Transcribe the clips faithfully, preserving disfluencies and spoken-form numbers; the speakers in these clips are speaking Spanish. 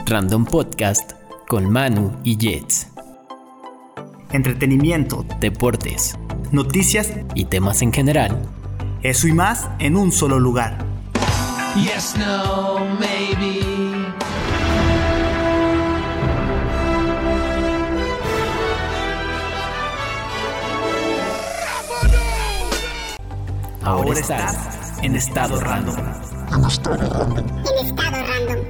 Random Podcast con Manu y Jets. Entretenimiento, Deportes, noticias y temas en general. Eso y más en un solo lugar. Yes, no, maybe. Ahora, Ahora estás, estás en estado random. En estado random.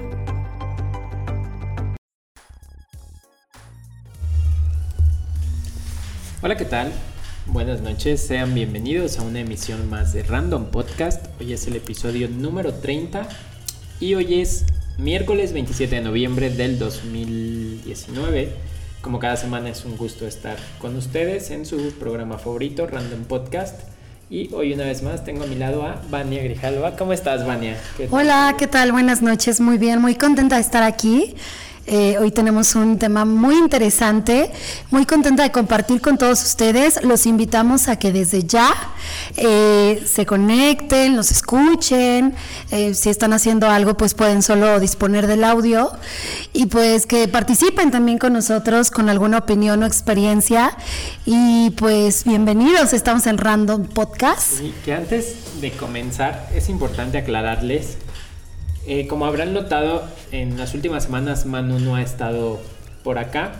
Hola, ¿qué tal? Buenas noches, sean bienvenidos a una emisión más de Random Podcast. Hoy es el episodio número treinta y hoy es miércoles veintisiete de noviembre del dos mil diecinueve. Como cada semana es un gusto estar con ustedes en su programa favorito, Random Podcast. Y hoy una vez más tengo a mi lado a Vania Grijalva. ¿Cómo estás, Vania? ¿Qué tal? Hola, ¿qué tal? Buenas noches, muy bien, muy contenta de estar aquí. Eh, hoy tenemos un tema muy interesante, muy contenta de compartir con todos ustedes. Los invitamos a que desde ya eh, se conecten, los escuchen. Eh, si están haciendo algo, pues pueden solo disponer del audio y pues que participen también con nosotros con alguna opinión o experiencia. Y pues bienvenidos, estamos en Random Podcast. Sí, que antes de comenzar es importante aclararles. Eh, como habrán notado, en las últimas semanas Manu no ha estado por acá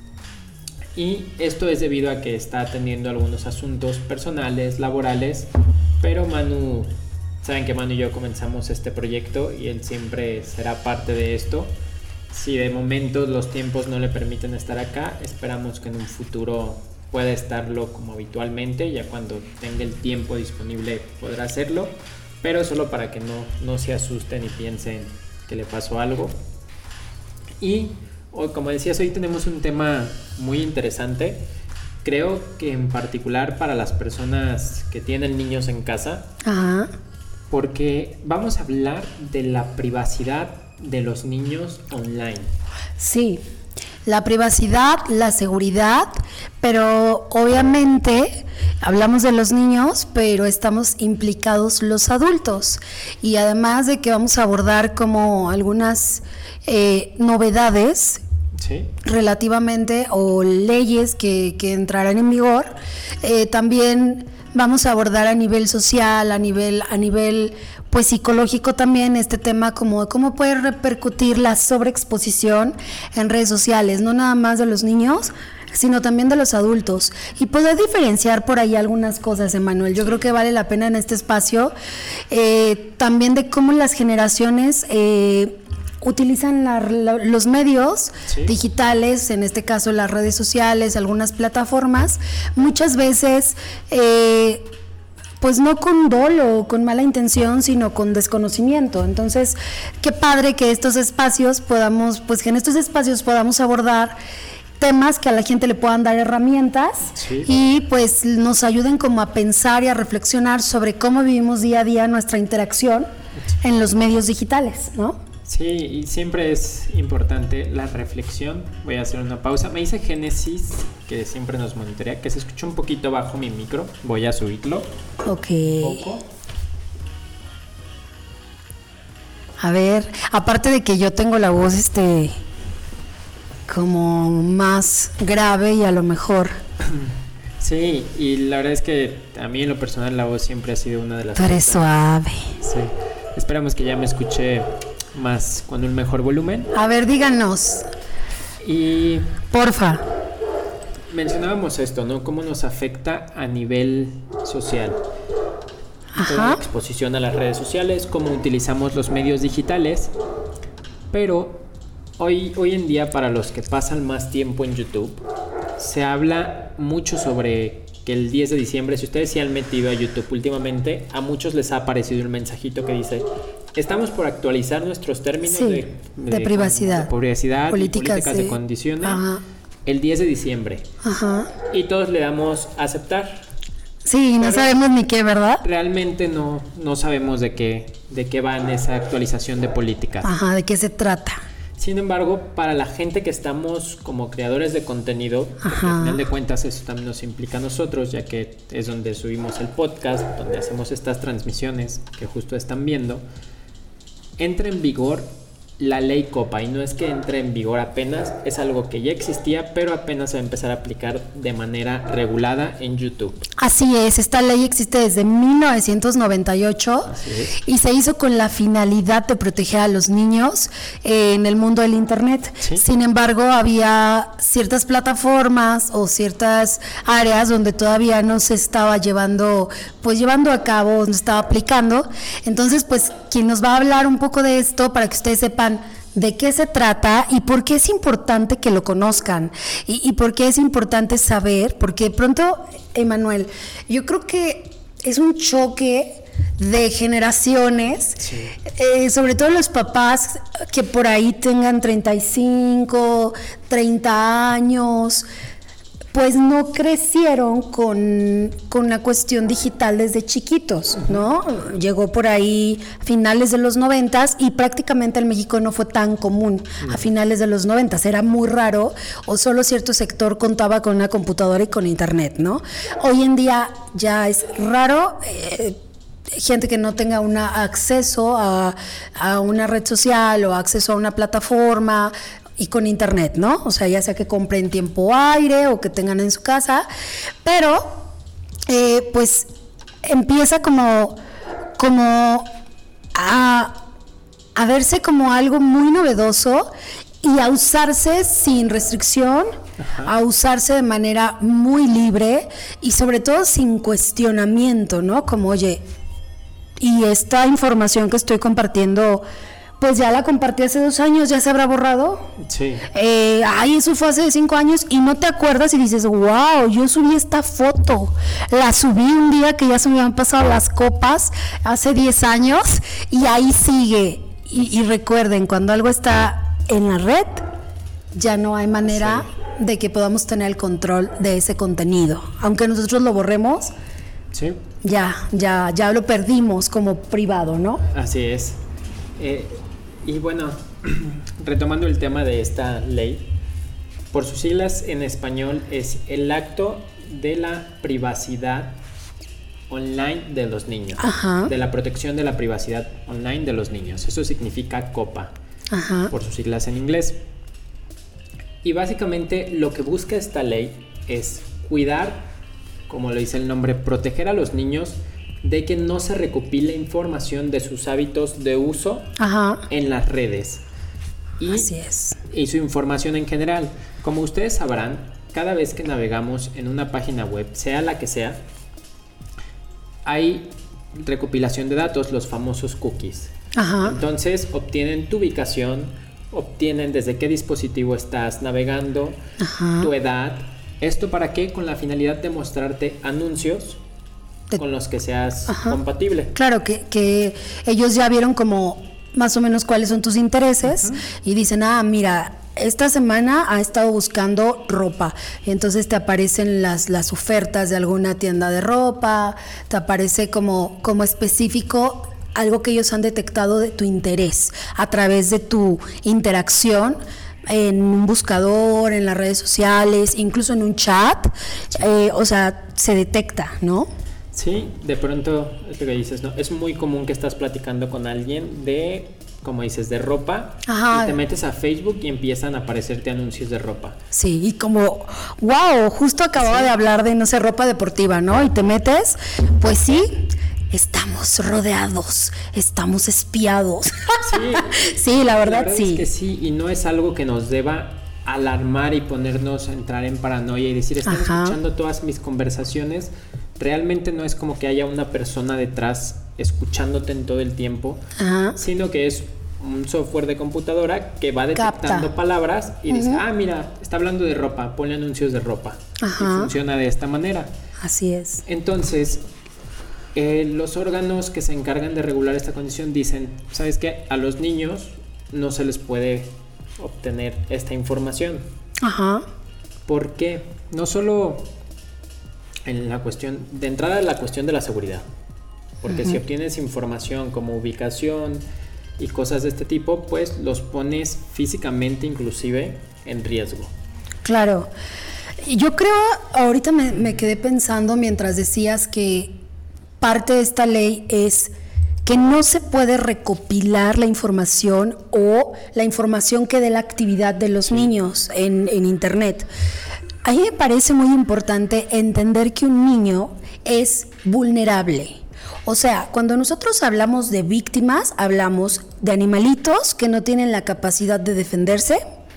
y esto es debido a que está atendiendo algunos asuntos personales, laborales, pero Manu, saben que Manu y yo comenzamos este proyecto y él siempre será parte de esto. Si de momento los tiempos no le permiten estar acá, esperamos que en un futuro pueda estarlo como habitualmente, ya cuando tenga el tiempo disponible podrá hacerlo. Pero solo para que no, no se asusten y piensen que le pasó algo. Y hoy, como decías, hoy tenemos un tema muy interesante. Creo que en particular para las personas que tienen niños en casa. Ajá. Porque vamos a hablar de la privacidad de los niños online. Sí, la privacidad, la seguridad, pero obviamente hablamos de los niños, pero estamos implicados los adultos. Y además de que vamos a abordar como algunas eh, novedades, ¿sí?, relativamente, o leyes que, que entrarán en vigor, eh, también vamos a abordar a nivel social, a nivel, a nivel pues psicológico también este tema, como cómo puede repercutir la sobreexposición en redes sociales, no nada más de los niños, sino también de los adultos, y poder diferenciar por ahí algunas cosas, Emanuel. Yo creo que vale la pena en este espacio eh, también de cómo las generaciones eh, utilizan la, la, los medios ¿sí? digitales, en este caso las redes sociales, algunas plataformas, muchas veces eh, pues no con dolo o con mala intención, sino con desconocimiento. Entonces, qué padre que estos espacios podamos, pues que en estos espacios podamos abordar temas que a la gente le puedan dar herramientas sí. y pues nos ayuden como a pensar y a reflexionar sobre cómo vivimos día a día nuestra interacción en los medios digitales, ¿no? Sí, y siempre es importante la reflexión. Voy a hacer una pausa. Me dice Génesis, que siempre nos monitorea, que se escucha un poquito bajo mi micro. Voy a subirlo. Ok. Un poco. A ver, aparte de que yo tengo la voz este como más grave y a lo mejor... Sí, y la verdad es que a mí en lo personal la voz siempre ha sido una de las... Tú eres suave. Sí. Esperamos que ya me escuche más con un mejor volumen. A ver, díganos. Y porfa. Mencionábamos esto, ¿no? Cómo nos afecta a nivel social. Ajá. Toda la exposición a las redes sociales, cómo utilizamos los medios digitales. Pero hoy, hoy en día, para los que pasan más tiempo en YouTube, se habla mucho sobre que el diez de diciembre, si ustedes se han metido a YouTube últimamente, a muchos les ha aparecido un mensajito que dice: estamos por actualizar nuestros términos sí, de, de, de privacidad, de privacidad políticas, y políticas de, de condiciones ajá. el diez de diciembre. Ajá. Y todos le damos a aceptar. Sí, no sabemos ni qué, ¿verdad? Realmente no, no sabemos de qué, de qué va en esa actualización de políticas. Ajá, ¿de qué se trata? Sin embargo, para la gente que estamos como creadores de contenido, porque al final de cuentas eso también nos implica a nosotros, ya que es donde subimos el podcast, donde hacemos estas transmisiones que justo están viendo, entra en vigor la ley Copa, y no es que entre en vigor apenas, es algo que ya existía, pero apenas se va a empezar a aplicar de manera regulada en YouTube. Así es, esta ley existe desde mil novecientos noventa y ocho y se hizo con la finalidad de proteger a los niños eh, en el mundo del internet. ¿Sí? Sin embargo, había ciertas plataformas o ciertas áreas donde todavía no se estaba llevando, pues llevando a cabo, no se estaba aplicando. Entonces, pues quien nos va a hablar un poco de esto para que ustedes sepan de qué se trata y por qué es importante que lo conozcan y, y por qué es importante saber, porque de pronto, Emanuel, yo creo que es un choque de generaciones, sí. eh, sobre todo los papás que por ahí tengan treinta y cinco, treinta años, pues no crecieron con, con la cuestión digital desde chiquitos, ¿no? Llegó por ahí a finales de los noventas y prácticamente en México no fue tan común a finales de los noventas, era muy raro o solo cierto sector contaba con una computadora y con internet, ¿no? Hoy en día ya es raro, eh, gente que no tenga un acceso a, a una red social o acceso a una plataforma y con internet, ¿no? O sea, ya sea que compren tiempo aire o que tengan en su casa, pero eh, pues empieza como, como a, a verse como algo muy novedoso y a usarse sin restricción, ajá, a usarse de manera muy libre y sobre todo sin cuestionamiento, ¿no? Como, oye, y esta información que estoy compartiendo, pues ya la compartí hace dos años, ¿ya se habrá borrado? Sí. Eh, ay, eso fue hace cinco años y no te acuerdas y dices, wow, yo subí esta foto, la subí un día que ya se me habían pasado las copas, hace diez años, y ahí sigue. Y, y recuerden, cuando algo está en la red, ya no hay manera sí. de que podamos tener el control de ese contenido. Aunque nosotros lo borremos, sí. ya, ya, ya lo perdimos como privado, ¿no? Así es. Eh, Y bueno, retomando el tema de esta ley, por sus siglas en español es el acto de la privacidad online de los niños, ajá, de la protección de la privacidad online de los niños. Eso significa COPA, ajá, por sus siglas en inglés. Y básicamente lo que busca esta ley es cuidar, como lo dice el nombre, proteger a los niños de que no se recopile información de sus hábitos de uso, ajá, en las redes. Y, así es. Y su información en general. Como ustedes sabrán, cada vez que navegamos en una página web, sea la que sea, hay recopilación de datos, los famosos cookies. Ajá. Entonces obtienen tu ubicación, obtienen desde qué dispositivo estás navegando, ajá, tu edad. ¿Esto para qué? Con la finalidad de mostrarte anuncios con los que seas, ajá, compatible. Claro, que, que ellos ya vieron como más o menos cuáles son tus intereses, uh-huh, y dicen, ah, mira, esta semana ha estado buscando ropa, y entonces te aparecen las, las ofertas de alguna tienda de ropa, te aparece como, como específico algo que ellos han detectado de tu interés a través de tu interacción en un buscador, en las redes sociales, incluso en un chat, eh, o sea, se detecta, ¿no? Sí, de pronto es lo que dices, ¿no? Es muy común que estás platicando con alguien de, como dices, de ropa, ajá, y te metes a Facebook y empiezan a aparecerte anuncios de ropa. Sí, y como, wow, justo acababa, sí, de hablar de, no sé, ropa deportiva, ¿no? Y te metes, pues sí, estamos rodeados, estamos espiados. Sí, sí, la verdad, la verdad sí. Es que sí, y no es algo que nos deba alarmar y ponernos a entrar en paranoia y decir, están, ajá, escuchando todas mis conversaciones. Realmente no es como que haya una persona detrás escuchándote en todo el tiempo, ajá, sino que es un software de computadora que va detectando capta palabras y, uh-huh, dice, ah, mira, está hablando de ropa, ponle anuncios de ropa. Ajá. Y funciona de esta manera. Así es. Entonces, eh, los órganos que se encargan de regular esta condición dicen, ¿sabes qué? A los niños no se les puede obtener esta información. Ajá. ¿Por qué? No solo en la cuestión, de entrada la cuestión de la seguridad, porque, uh-huh, si obtienes información como ubicación y cosas de este tipo, pues los pones físicamente inclusive en riesgo. Claro, yo creo, ahorita me, me quedé pensando mientras decías que parte de esta ley es que no se puede recopilar la información o la información que dé la actividad de los niños en, en internet. A mí me parece muy importante entender que un niño es vulnerable. O sea, cuando nosotros hablamos de víctimas, hablamos de animalitos que no tienen la capacidad de defenderse.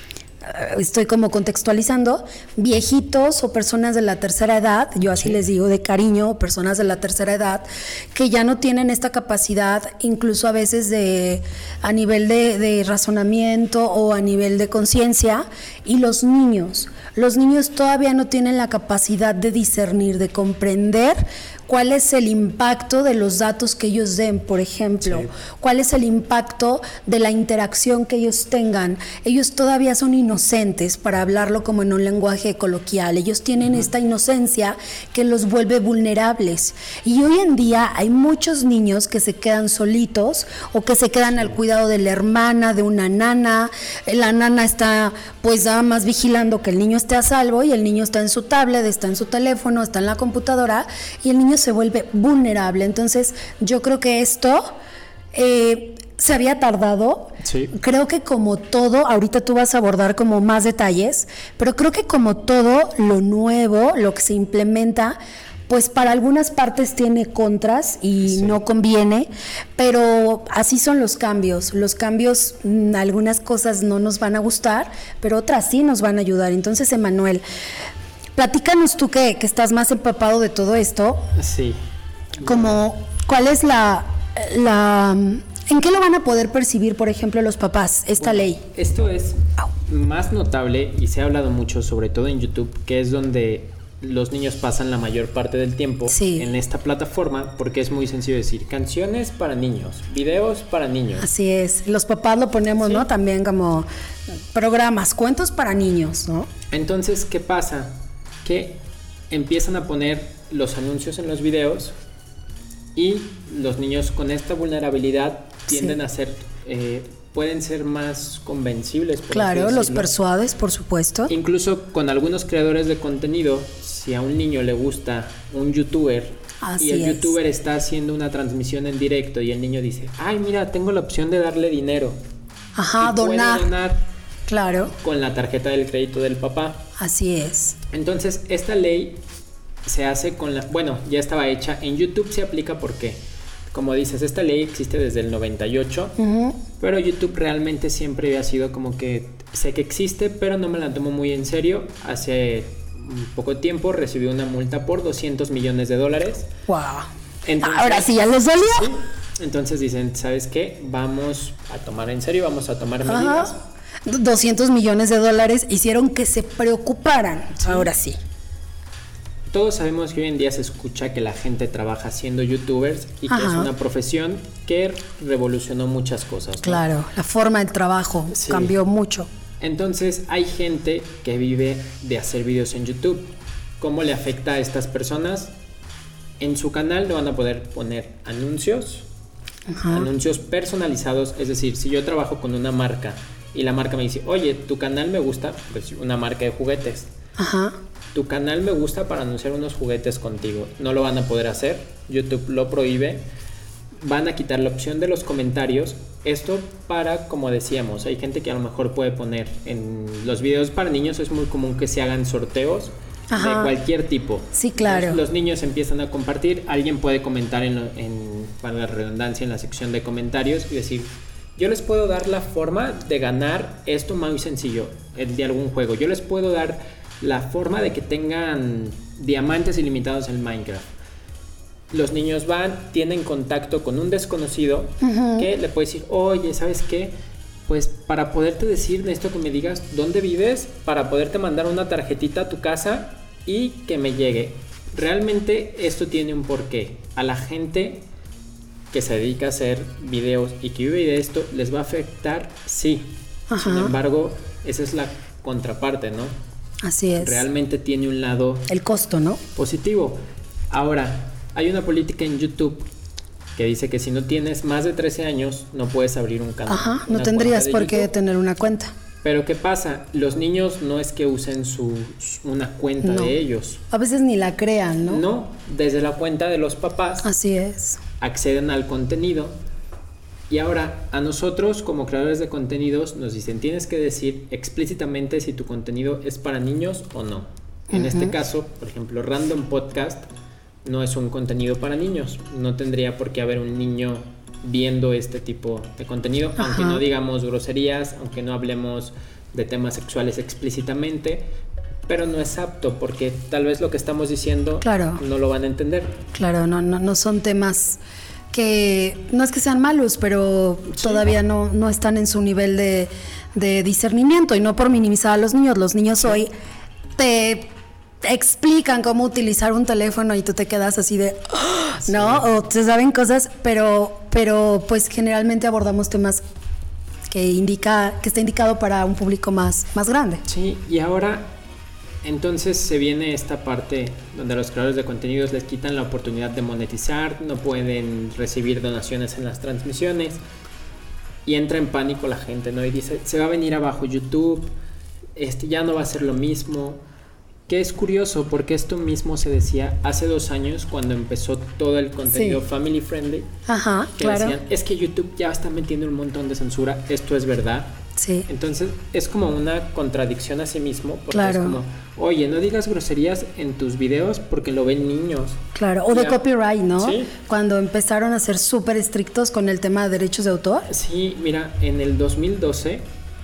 Estoy como contextualizando, viejitos o personas de la tercera edad, yo así les digo de cariño, personas de la tercera edad, que ya no tienen esta capacidad, incluso a veces de a nivel de, de razonamiento o a nivel de conciencia, y los niños. Los niños todavía no tienen la capacidad de discernir, de comprender cuál es el impacto de los datos que ellos den, por ejemplo, sí. cuál es el impacto de la interacción que ellos tengan. Ellos todavía son inocentes, para hablarlo como en un lenguaje coloquial. Ellos tienen uh-huh. esta inocencia que los vuelve vulnerables. Y hoy en día hay muchos niños que se quedan solitos o que se quedan al cuidado de la hermana, de una nana. La nana está pues nada más vigilando que el niño esté a salvo, y el niño está en su tablet, está en su teléfono, está en la computadora, y el niño se vuelve vulnerable. Entonces yo creo que esto eh, se había tardado. Sí. Creo que como todo, ahorita tú vas a abordar como más detalles, pero creo que como todo lo nuevo, lo que se implementa, pues para algunas partes tiene contras y sí. no conviene, pero así son los cambios. Los cambios, algunas cosas no nos van a gustar, pero otras sí nos van a ayudar. Entonces, Emanuel, platícanos tú que, que estás más empapado de todo esto. Sí. Como, ¿cuál es la, la... ¿En qué lo van a poder percibir, por ejemplo, los papás, esta bueno, ley? Esto es más notable y se ha hablado mucho, sobre todo en YouTube, que es donde los niños pasan la mayor parte del tiempo sí. en esta plataforma, porque es muy sencillo decir canciones para niños, videos para niños. Así es, los papás lo ponemos, sí. ¿no? También como programas, cuentos para niños, ¿no? Entonces, ¿qué pasa? Que empiezan a poner los anuncios en los videos y los niños con esta vulnerabilidad tienden sí. a ser, eh, pueden ser más convencibles. Por claro, los persuades, por supuesto. Incluso con algunos creadores de contenido, si a un niño le gusta un youtuber Así y el es. youtuber está haciendo una transmisión en directo y el niño dice, ay, mira, tengo la opción de darle dinero. Ajá, y donar. Puede donar claro. con la tarjeta del crédito del papá. Así es. Entonces, esta ley se hace con la... Bueno, ya estaba hecha. En YouTube se aplica porque, como dices, esta ley existe desde el noventa y ocho, uh-huh. pero YouTube realmente siempre había sido como que sé que existe, pero no me la tomo muy en serio. Hace poco tiempo recibí una multa por doscientos millones de dólares. ¡Wow! Entonces, ahora sí ya les dolió. Sí. Entonces dicen, ¿sabes qué? Vamos a tomar en serio, vamos a tomar medidas. Uh-huh. doscientos millones de dólares hicieron que se preocuparan. Sí. Ahora sí. Todos sabemos que hoy en día se escucha que la gente trabaja siendo youtubers y que Ajá. es una profesión que revolucionó muchas cosas, ¿no? Claro, la forma del trabajo sí. cambió mucho. Entonces hay gente que vive de hacer videos en YouTube. ¿Cómo le afecta a estas personas? En su canal no van a poder poner anuncios, Ajá. anuncios personalizados. Es decir, si yo trabajo con una marca y la marca me dice, oye, tu canal me gusta, pues una marca de juguetes. Ajá. Tu canal me gusta para anunciar unos juguetes contigo. No lo van a poder hacer. YouTube lo prohíbe. Van a quitar la opción de los comentarios. Esto para, como decíamos, hay gente que a lo mejor puede poner en los videos para niños. Es muy común que se hagan sorteos Ajá. de cualquier tipo. Sí, claro. Los, los niños empiezan a compartir. Alguien puede comentar en, en, para la redundancia, en la sección de comentarios y decir, yo les puedo dar la forma de ganar esto muy sencillo de algún juego. Yo les puedo dar la forma de que tengan diamantes ilimitados en Minecraft. Los niños van, tienen contacto con un desconocido uh-huh. que le puede decir, oye, ¿sabes qué? Pues para poderte decir, necesito que me digas dónde vives, para poderte mandar una tarjetita a tu casa y que me llegue. Realmente esto tiene un porqué. A la gente que se dedica a hacer videos y que vive de esto, ¿les va a afectar? Sí. Ajá. Sin embargo, esa es la contraparte, ¿no? Así es. Realmente tiene un lado... El costo, ¿no? Positivo. Ahora, hay una política en YouTube que dice que si no tienes más de trece años, no puedes abrir un canal. Ajá, no tendrías por qué tener una cuenta. Pero ¿qué pasa? Los niños no es que usen su, una cuenta No. de ellos. A veces ni la crean, ¿no? No, desde la cuenta de los papás Así es. acceden al contenido. Y ahora a nosotros como creadores de contenidos nos dicen, tienes que decir explícitamente si tu contenido es para niños o no. En Ujú. este caso, por ejemplo, Random Podcast no es un contenido para niños. No tendría por qué haber un niño viendo este tipo de contenido, Ajá. aunque no digamos groserías, aunque no hablemos de temas sexuales explícitamente, pero no es apto porque tal vez lo que estamos diciendo Claro. no lo van a entender. Claro, no, no, no son temas que no es que sean malos, pero Sí. todavía no, no están en su nivel de, de discernimiento, y no por minimizar a los niños. Los niños hoy te explican cómo utilizar un teléfono y tú te quedas así de, ¡ah! ¿no? O te saben cosas, pero, pero pues generalmente abordamos temas que indica, que está indicado para un público más, más grande. Sí, y ahora entonces se viene esta parte donde a los creadores de contenidos les quitan la oportunidad de monetizar, no pueden recibir donaciones en las transmisiones y entra en pánico la gente, ¿no? Y dice, se va a venir abajo YouTube, este ya no va a ser lo mismo. Que es curioso porque esto mismo se decía hace dos años cuando empezó todo el contenido Sí. family friendly. Ajá, Que claro. decían, es que YouTube ya está metiendo un montón de censura, esto es verdad. Sí. Entonces es como una contradicción a sí mismo, porque Claro. es como, oye, no digas groserías en tus videos porque lo ven niños. Claro, o de Ya. copyright, ¿no? Sí. Cuando empezaron a ser súper estrictos con el tema de derechos de autor. Sí, mira, en el dos mil doce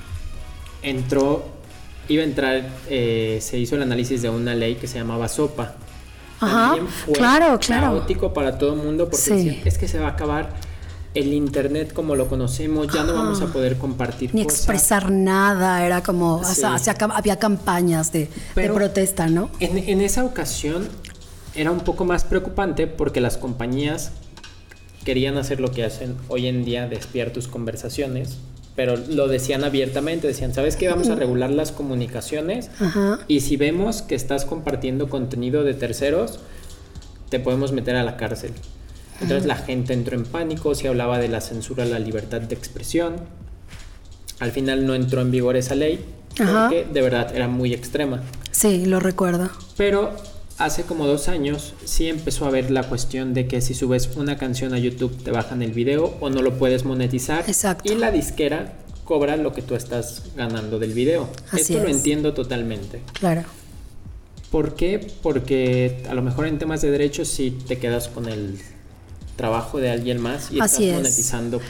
entró, iba a entrar, eh, se hizo el análisis de una ley que se llamaba SOPA. Ajá, También fue claro, claro. caótico para todo el mundo porque Sí. decían, es que se va a acabar el internet como lo conocemos, ya no Ajá. vamos a poder compartir Ni cosas. expresar nada, era como, o sea, Sí. se acaba- había campañas de, de Pero- protesta, ¿no? En, en esa ocasión era un poco más preocupante porque las compañías querían hacer lo que hacen hoy en día de espiar tus conversaciones, pero lo decían abiertamente, decían, ¿sabes qué? Vamos a regular las comunicaciones Ajá. y si vemos que estás compartiendo contenido de terceros, te podemos meter a la cárcel. Entonces la gente entró en pánico, se hablaba de la censura a la libertad de expresión. Al final no entró en vigor esa ley Ajá. porque de verdad era muy extrema. Sí, lo recuerdo. Pero hace como dos años sí empezó a haber la cuestión de que si subes una canción a YouTube te bajan el video o no lo puedes monetizar. Exacto. Y la disquera cobra lo que tú estás ganando del video. Así Esto lo es. entiendo totalmente. Claro. ¿Por qué? Porque a lo mejor en temas de derechos sí te quedas con el trabajo de alguien más y Así es. estás monetizando.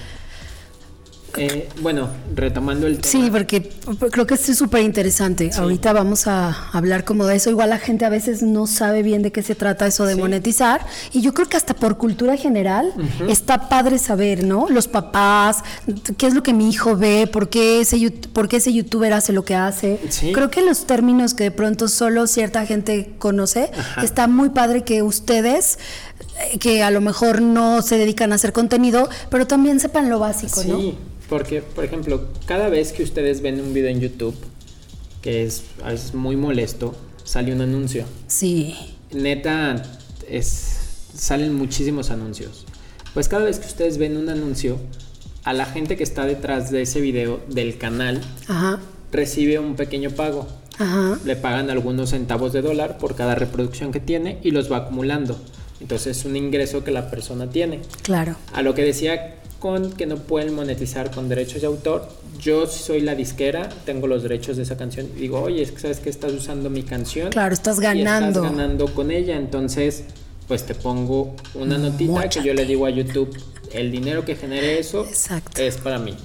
Eh, bueno, retomando el tema. Sí, porque creo que esto es súper interesante. Sí. Ahorita vamos a hablar como de eso. Igual la gente a veces no sabe bien de qué se trata eso de Sí. monetizar. Y yo creo que hasta por cultura general Ujú. está padre saber, ¿no? Los papás, qué es lo que mi hijo ve, por qué ese, yut- por qué ese youtuber hace lo que hace. Sí. Creo que los términos que de pronto solo cierta gente conoce, Ajá. está muy padre que ustedes, eh, que a lo mejor no se dedican a hacer contenido, pero también sepan lo básico, ¿no? Sí, porque, por ejemplo, cada vez que ustedes ven un video en YouTube, que es, es muy molesto, sale un anuncio. Sí. Neta, es, salen muchísimos anuncios. Pues cada vez que ustedes ven un anuncio, a la gente que está detrás de ese video del canal Ajá. recibe un pequeño pago. Ajá. Le pagan algunos centavos de dólar por cada reproducción que tiene y los va acumulando. Entonces es un ingreso que la persona tiene. Claro. A lo que decía con que no pueden monetizar con derechos de autor, yo soy la disquera, tengo los derechos de esa canción y digo, oye, es que sabes que estás usando mi canción. Claro, estás y ganando. estás ganando con ella, entonces pues te pongo una notita Móchate. que yo le digo a YouTube, el dinero que genere eso Exacto. es para mí.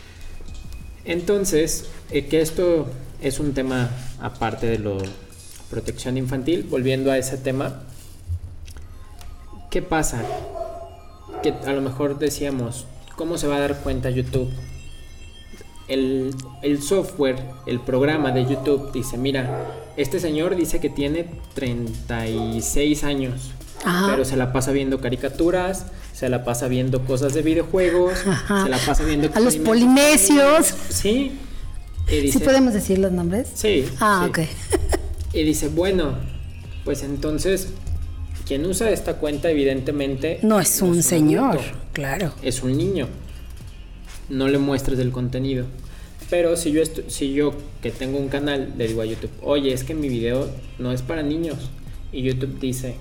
Entonces, eh, que esto es un tema aparte de lo protección infantil, volviendo a ese tema, ¿qué pasa? Que a lo mejor decíamos, ¿cómo se va a dar cuenta YouTube? El, el software, el programa de YouTube dice, mira, este señor dice que tiene treinta y seis años, Ajá. pero se la pasa viendo caricaturas, se la pasa viendo cosas de videojuegos, Ajá. se la pasa viendo A los experimentos polinesios. con niños. Sí. Y dice, ¿Sí podemos decir los nombres? Sí. Ah, sí. ok. Y dice, bueno, pues entonces, quien usa esta cuenta evidentemente No es un señor, adulto, claro. es un niño. No le muestres el contenido. Pero si yo, estu- si yo que tengo un canal le digo a YouTube, oye, es que mi video no es para niños, y YouTube dice,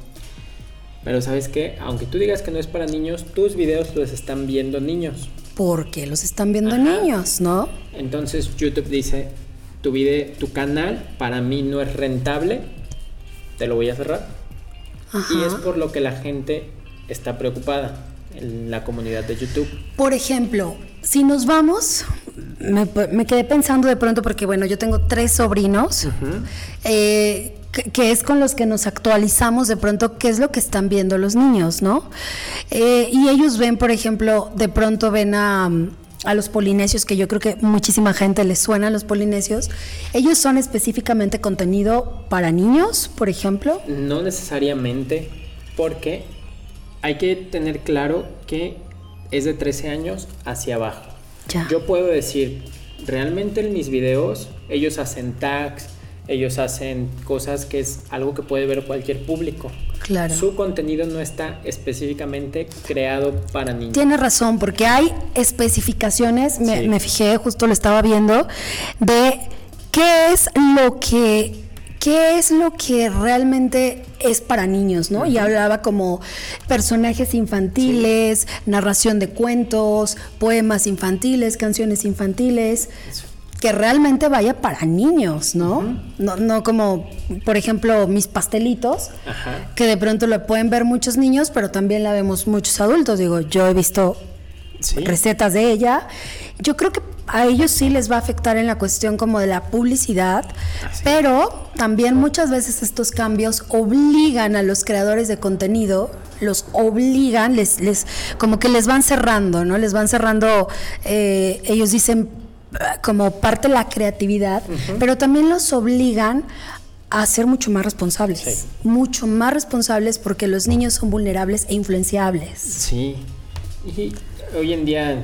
pero ¿sabes qué? Aunque tú digas que no es para niños, tus videos los están viendo niños. Porque los están viendo Ajá. niños, ¿no? Entonces YouTube dice, tu video, tu canal para mí no es rentable, te lo voy a cerrar. Ajá. Y es por lo que la gente está preocupada en la comunidad de YouTube. Por ejemplo, si nos vamos, me, me quedé pensando de pronto porque, bueno, yo tengo tres sobrinos, uh-huh. eh, que, que es con los que nos actualizamos de pronto qué es lo que están viendo los niños, ¿no? Eh, y ellos ven, por ejemplo, de pronto ven a... a los polinesios, que yo creo que muchísima gente les suena a los polinesios. ¿Ellos son específicamente contenido para niños, por ejemplo? No necesariamente, porque hay que tener claro que es de trece años hacia abajo. Ya. Yo puedo decir, realmente en mis videos ellos hacen tags, ellos hacen cosas que es algo que puede ver cualquier público. Claro. Su contenido no está específicamente creado para niños. Tienes razón, porque hay especificaciones, me, sí. me fijé, justo lo estaba viendo, de qué es lo que, qué es lo que realmente es para niños, ¿no? Uh-huh. Y hablaba como personajes infantiles, sí. narración de cuentos, poemas infantiles, canciones infantiles. Eso. Que realmente vaya para niños, ¿no? Uh-huh. No, no como, por ejemplo, mis pastelitos, Ajá. que de pronto lo pueden ver muchos niños, pero también la vemos muchos adultos. Digo, yo he visto ¿Sí? recetas de ella. Yo creo que a ellos sí les va a afectar en la cuestión como de la publicidad, Así. pero también muchas veces estos cambios obligan a los creadores de contenido, los obligan, les, les como que les van cerrando, ¿no? Les van cerrando, eh, ellos dicen, como parte de la creatividad, uh-huh. pero también los obligan a ser mucho más responsables, sí. mucho más responsables porque los niños son vulnerables e influenciables. Sí, y hoy en día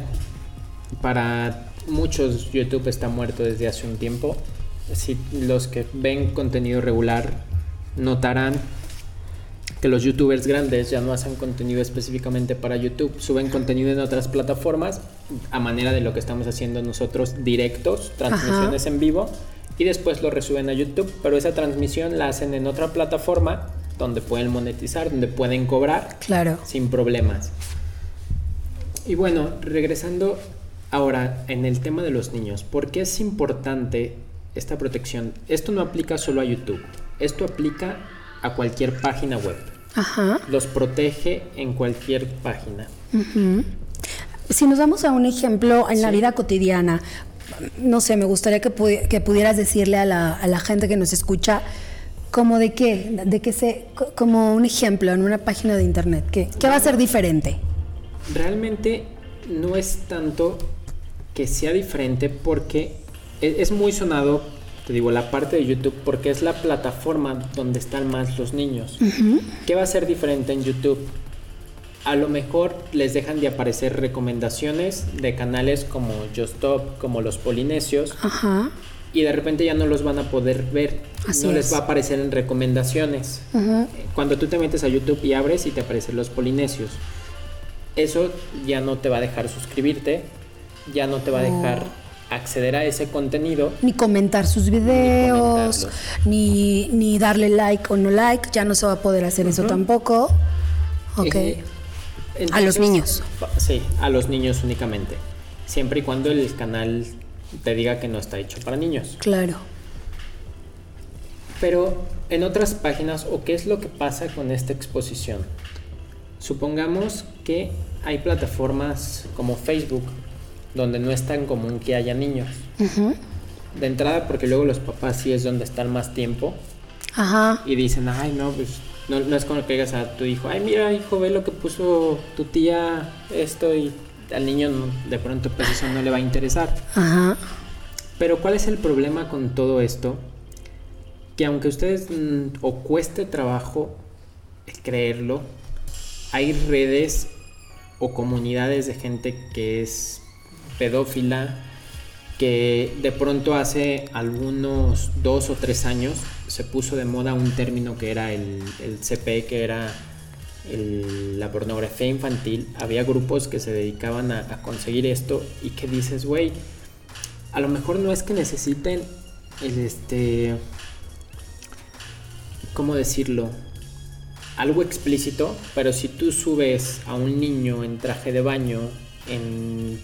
para muchos YouTube está muerto desde hace un tiempo. Si los que ven contenido regular notarán que los youtubers grandes ya no hacen contenido específicamente para YouTube, suben contenido en otras plataformas a manera de lo que estamos haciendo nosotros, directos, transmisiones Ajá. en vivo, y después lo resuben a YouTube, pero esa transmisión la hacen en otra plataforma donde pueden monetizar, donde pueden cobrar claro. sin problemas. Y bueno, regresando ahora en el tema de los niños, ¿por qué es importante esta protección? Esto no aplica solo a YouTube, esto aplica a cualquier página web. Ajá. Los protege en cualquier página. Uh-huh. Si nos vamos a un ejemplo en sí. la vida cotidiana, no sé, me gustaría que, pudi- que pudieras decirle a la, a la gente que nos escucha, como de qué, de que se, como un ejemplo en una página de internet, ¿qué, qué va a ser diferente? Realmente no es tanto que sea diferente, porque es, es muy sonado, te digo, la parte de YouTube, porque es la plataforma donde están más los niños. Uh-huh. ¿Qué va a ser diferente en YouTube? A lo mejor les dejan de aparecer recomendaciones de canales como Just Stop, como Los Polinesios, uh-huh. y de repente ya no los van a poder ver. Así no es. les va a aparecer en recomendaciones. Uh-huh. Cuando tú te metes a YouTube y abres y te aparecen Los Polinesios, eso ya no te va a dejar suscribirte, ya no te va a dejar oh. acceder a ese contenido, ni comentar sus videos, ni, ni darle like o no like, ya no se va a poder hacer uh-huh. eso tampoco. Ok. Eh, entonces, a los niños. Sí, a los niños únicamente, siempre y cuando el canal te diga que no está hecho para niños. Claro. Pero en otras páginas, ¿o qué es lo que pasa con esta exposición? Supongamos que hay plataformas como Facebook, donde no es tan común que haya niños. Uh-huh. De entrada, porque luego los papás sí es donde están más tiempo. Ajá. Y dicen, ay, no, pues no, no es como que digas a tu hijo, ay, mira, hijo, ve lo que puso tu tía, esto, y al niño no, de pronto pues eso no le va a interesar. Ajá. Pero ¿cuál es el problema con todo esto? Que aunque a ustedes mmm, o cueste trabajo creerlo, hay redes o comunidades de gente que es pedófila, que de pronto hace algunos dos o tres años se puso de moda un término que era el, el C P, que era el, la pornografía infantil. Había grupos que se dedicaban a, a conseguir esto, y que dices, güey, a lo mejor no es que necesiten el este, ¿cómo decirlo? Algo explícito, pero si tú subes a un niño en traje de baño, en,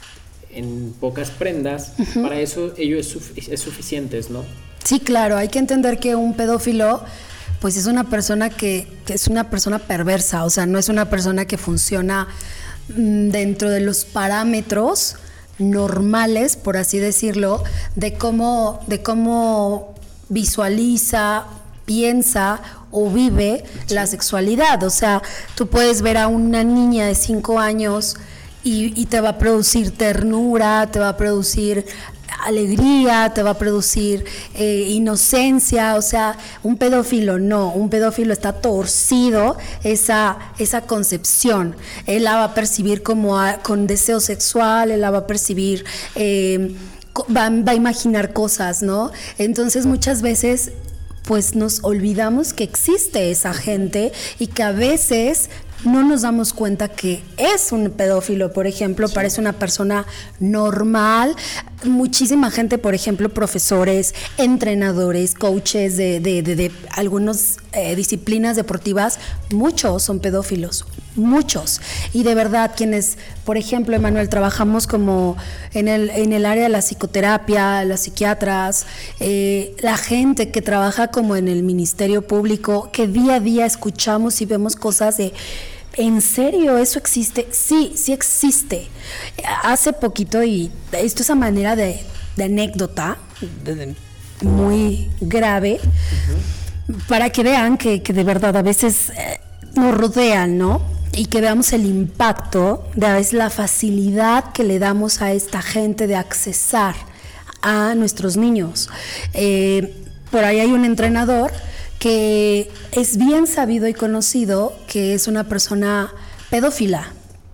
en pocas prendas, uh-huh. para eso ello es, suf- es suficiente, ¿no? Sí, claro, hay que entender que un pedófilo pues es una persona que, que es una persona perversa, o sea, no es una persona que funciona mmm, dentro de los parámetros normales, por así decirlo, de cómo, de cómo visualiza, piensa o vive sí. la sexualidad. O sea, tú puedes ver a una niña de cinco años y, y te va a producir ternura, te va a producir alegría, te va a producir eh, inocencia. O sea, un pedófilo no, un pedófilo está torcido esa, esa concepción. Él la va a percibir como a, con deseo sexual, él la va a percibir, eh, va, va a imaginar cosas, ¿no? Entonces muchas veces pues nos olvidamos que existe esa gente y que a veces no nos damos cuenta que es un pedófilo, por ejemplo, sí. parece una persona normal. Muchísima gente, por ejemplo, profesores, entrenadores, coaches de, de, de, de algunas eh, disciplinas deportivas, muchos son pedófilos, muchos. Y de verdad, quienes, por ejemplo, Emanuel, trabajamos como en el, en el área de la psicoterapia, las psiquiatras, eh, la gente que trabaja como en el Ministerio Público, que día a día escuchamos y vemos cosas de... ¿En serio eso existe? Sí, sí existe. Hace poquito, y esto es a manera de, de anécdota, de, de, muy grave, uh-huh. para que vean que, que de verdad a veces eh, nos rodean, ¿no? Y que veamos el impacto de a veces la facilidad que le damos a esta gente de accesar a nuestros niños. Eh, por ahí hay un entrenador que es bien sabido y conocido que es una persona pedófila,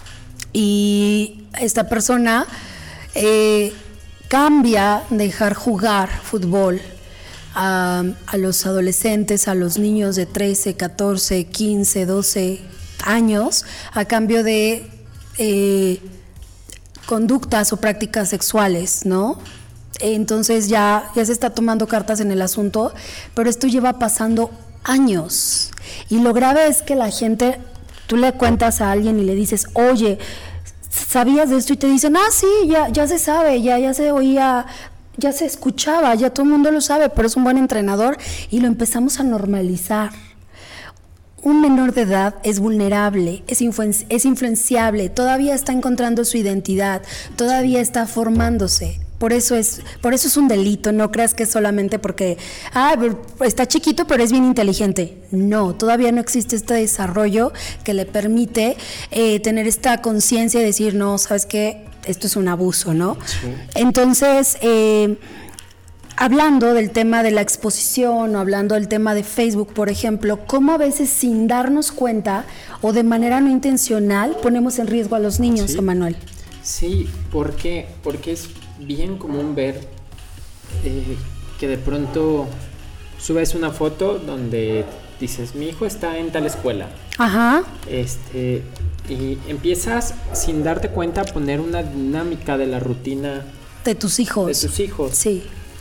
y esta persona eh, cambia dejar jugar fútbol a, a los adolescentes, a los niños de trece, catorce, quince, doce años, a cambio de eh, conductas o prácticas sexuales, ¿no? Entonces ya, ya se está tomando cartas en el asunto, pero esto lleva pasando años. Y lo grave es que la gente, tú le cuentas a alguien y le dices, oye, ¿sabías de esto? Y te dicen, ah, sí, ya, ya se sabe, ya, ya se oía, ya se escuchaba, ya todo el mundo lo sabe, pero es un buen entrenador, y lo empezamos a normalizar. Un menor de edad es vulnerable, es, influen- es influenciable, todavía está encontrando su identidad, todavía está formándose. Por eso es, por eso es un delito. No creas que es solamente porque ah, está chiquito pero es bien inteligente. No, todavía no existe este desarrollo que le permite eh, tener esta conciencia y decir, no, ¿sabes qué? Esto es un abuso, ¿no? Sí. Entonces, eh, hablando del tema de la exposición o hablando del tema de Facebook, por ejemplo, cómo a veces sin darnos cuenta o de manera no intencional ponemos en riesgo a los niños, ¿sí? Emanuel. Sí, ¿por qué? Porque es bien común ver eh, que de pronto subes una foto donde dices, mi hijo está en tal escuela. Ajá. Este, y empiezas sin darte cuenta a poner una dinámica de la rutina de tus hijos. De tus hijos. Sí.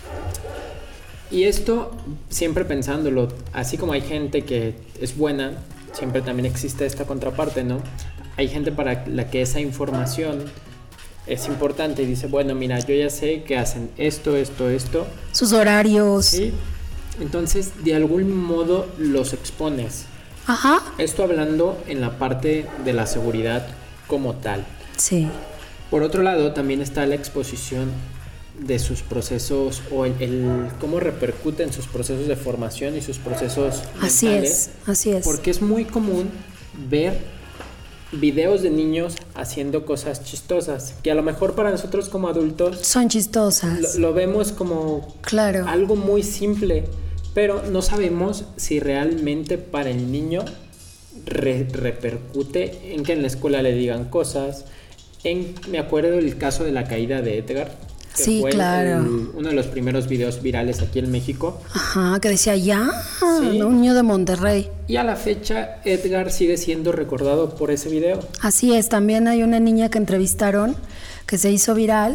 Y esto siempre pensándolo, así como hay gente que es buena, siempre también existe esta contraparte, ¿no? Hay gente para la que esa información es importante y dice, bueno, mira, yo ya sé que hacen esto, esto, esto. Sus horarios. Sí. Entonces, de algún modo los expones. Ajá. Esto hablando en la parte de la seguridad como tal. Sí. Por otro lado, también está la exposición de sus procesos o el, el cómo repercute en sus procesos de formación y sus procesos así mentales. es, así es. Porque es muy común ver videos de niños haciendo cosas chistosas, que a lo mejor para nosotros como adultos son chistosas. Lo, lo vemos como claro. algo muy simple, pero no sabemos si realmente para el niño re, repercute en que en la escuela le digan cosas. En, me acuerdo del caso de la caída de Edgar, que sí, fue claro. el, uno de los primeros videos virales aquí en México. Ajá, que decía ya, sí. Un niño de Monterrey. Y a la fecha Edgar sigue siendo recordado por ese video. Así es, también hay una niña que entrevistaron que se hizo viral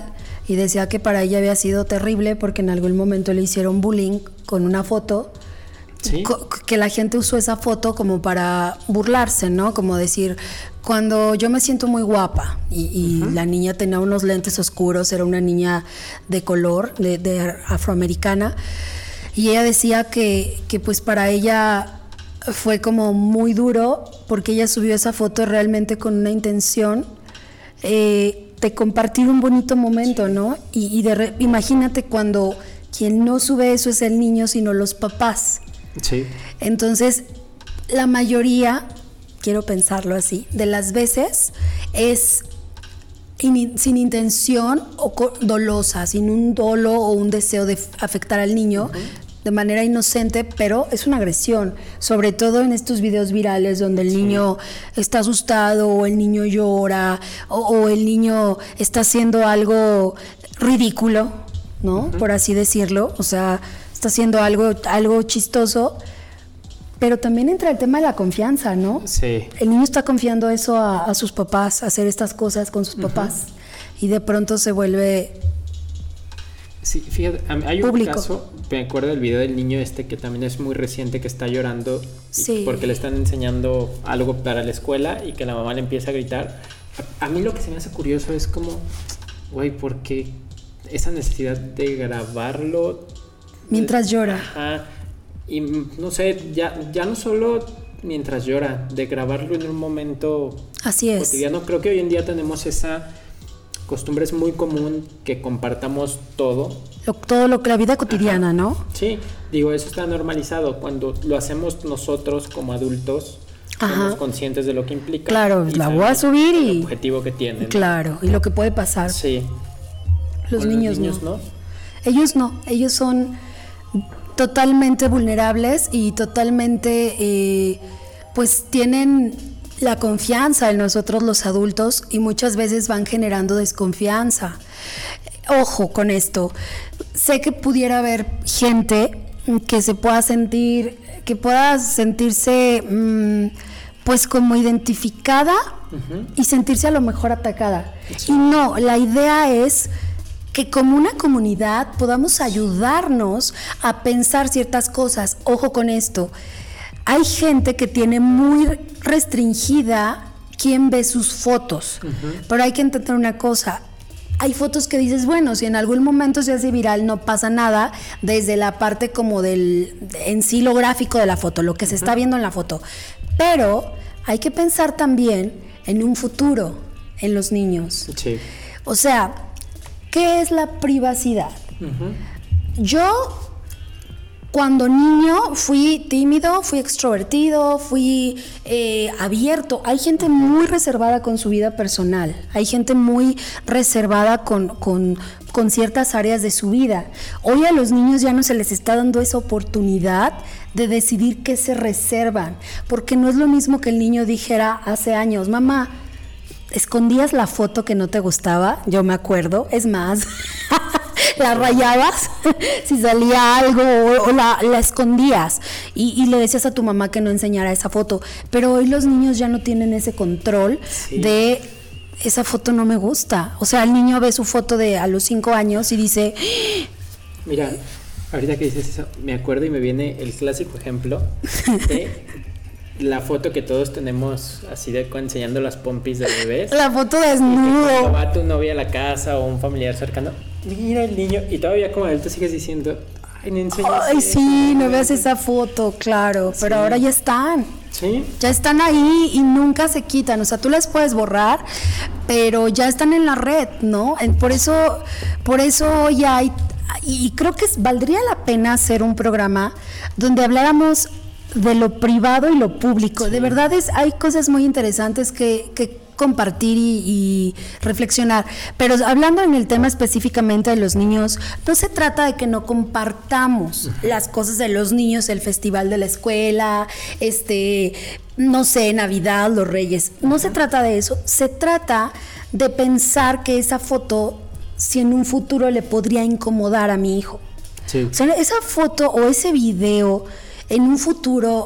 y decía que para ella había sido terrible porque en algún momento le hicieron bullying con una foto. ¿Sí? Que la gente usó esa foto como para burlarse, ¿no? Como decir, cuando yo me siento muy guapa y, y uh-huh. la niña tenía unos lentes oscuros, era una niña de color, de, de afroamericana, y ella decía que, que pues para ella fue como muy duro porque ella subió esa foto realmente con una intención eh, de compartir un bonito momento, sí. ¿no? Y, y de re, imagínate cuando quien no sube eso es el niño, sino los papás. Sí. Entonces, la mayoría, quiero pensarlo así, de las veces es in, sin intención o dolosa, sin un dolo o un deseo de afectar al niño uh-huh. de manera inocente, pero es una agresión, sobre todo en estos videos virales donde el sí. niño está asustado o el niño llora o, o el niño está haciendo algo ridículo, ¿no? Uh-huh. Por así decirlo, o sea, está haciendo algo, algo chistoso, pero también entra el tema de la confianza, ¿no? Sí. El niño está confiando eso a, a sus papás, a hacer estas cosas con sus uh-huh. papás, y de pronto se vuelve sí, fíjate, hay un público. caso, me acuerdo del video del niño este que también es muy reciente, que está llorando sí. porque le están enseñando algo para la escuela y que la mamá le empieza a gritar. A, a mí lo que se me hace curioso es como, güey, ¿por qué esa necesidad de grabarlo? Mientras llora. Ajá. Y no sé, ya, ya no solo mientras llora, de grabarlo en un momento Así es. cotidiano. Creo que hoy en día tenemos esa costumbre, es muy común que compartamos todo. Lo, todo lo que la vida cotidiana, Ajá. ¿no? Sí, digo, eso está normalizado. Cuando lo hacemos nosotros como adultos, Ajá. somos conscientes de lo que implica. Claro, la voy a subir y... el objetivo que tiene, ¿no? Claro, y lo que puede pasar. Sí. Los Bueno, niños, los niños no. no. Ellos no, ellos son totalmente vulnerables y totalmente, eh, pues tienen la confianza en nosotros los adultos y muchas veces van generando desconfianza. Ojo con esto, sé que pudiera haber gente que se pueda sentir, que pueda sentirse mmm, pues como identificada uh-huh. y sentirse a lo mejor atacada. Sí. Y no, la idea es que como una comunidad podamos ayudarnos a pensar ciertas cosas. Ojo con esto, hay gente que tiene muy restringida quién ve sus fotos, uh-huh. pero hay que entender una cosa, hay fotos que dices, bueno, si en algún momento se hace viral no pasa nada, desde la parte como del en sí lo gráfico de la foto, lo que se uh-huh. está viendo en la foto, pero hay que pensar también en un futuro, en los niños. Sí. O sea, ¿qué es la privacidad? Uh-huh. Yo, cuando niño, fui tímido, fui extrovertido, fui eh, abierto. Hay gente muy reservada con su vida personal. Hay gente muy reservada con, con, con ciertas áreas de su vida. Hoy a los niños ya no se les está dando esa oportunidad de decidir qué se reservan. Porque no es lo mismo que el niño dijera hace años, mamá, ¿escondías la foto que no te gustaba? Yo me acuerdo, es más, la rayabas si salía algo o, o la, la escondías y, y le decías a tu mamá que no enseñara esa foto. Pero hoy los niños ya no tienen ese control sí. de esa foto no me gusta. O sea, el niño ve su foto de a los cinco años y dice... Mira, ahorita que dices eso, me acuerdo y me viene el clásico ejemplo de... la foto que todos tenemos así de enseñando las pompis de bebés. La foto desnudo. Y cuando va tu novia a la casa o un familiar cercano, mira el niño. Y todavía como adulto sigues diciendo, ay, no enseñas. Ay, sí, no veas esa foto, claro. Sí. Pero ahora ya están. Sí. Ya están ahí y nunca se quitan. O sea, tú las puedes borrar, pero ya están en la red, ¿no? Por eso, por eso ya hay. Y creo que valdría la pena hacer un programa donde habláramos de lo privado y lo público. Sí. De verdad es, hay cosas muy interesantes que, que compartir y, y reflexionar. Pero hablando en el tema específicamente de los niños, no se trata de que no compartamos uh-huh. las cosas de los niños, el festival de la escuela, este, no sé, Navidad, los Reyes. No uh-huh. se trata de eso. Se trata de pensar que esa foto, si en un futuro le podría incomodar a mi hijo. Sí. O sea, esa foto o ese video en un futuro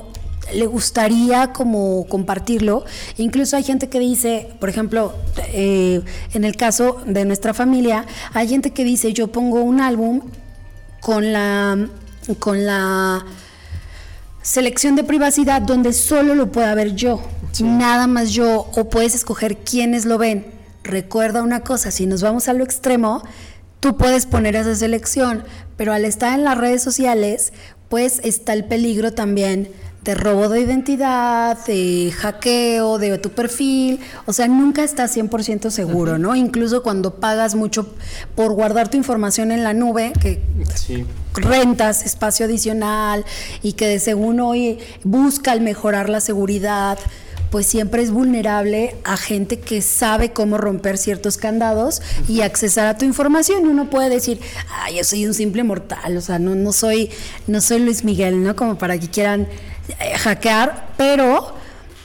le gustaría como compartirlo. Incluso hay gente que dice, por ejemplo, eh, en el caso de nuestra familia, hay gente que dice, yo pongo un álbum con la, con la selección de privacidad donde solo lo pueda ver yo, sí. Nada más yo, o puedes escoger quiénes lo ven. Recuerda una cosa, si nos vamos a lo extremo, tú puedes poner esa selección, pero al estar en las redes sociales, pues está el peligro también de robo de identidad, de hackeo, de tu perfil, o sea, nunca estás cien por ciento seguro, ¿no? Incluso cuando pagas mucho por guardar tu información en la nube, que sí. rentas espacio adicional y que según hoy busca el mejorar la seguridad, pues siempre es vulnerable a gente que sabe cómo romper ciertos candados y accesar a tu información. Y uno puede decir, ah, yo soy un simple mortal, o sea, no, no soy, no soy Luis Miguel, ¿no? Como para que quieran eh, hackear, pero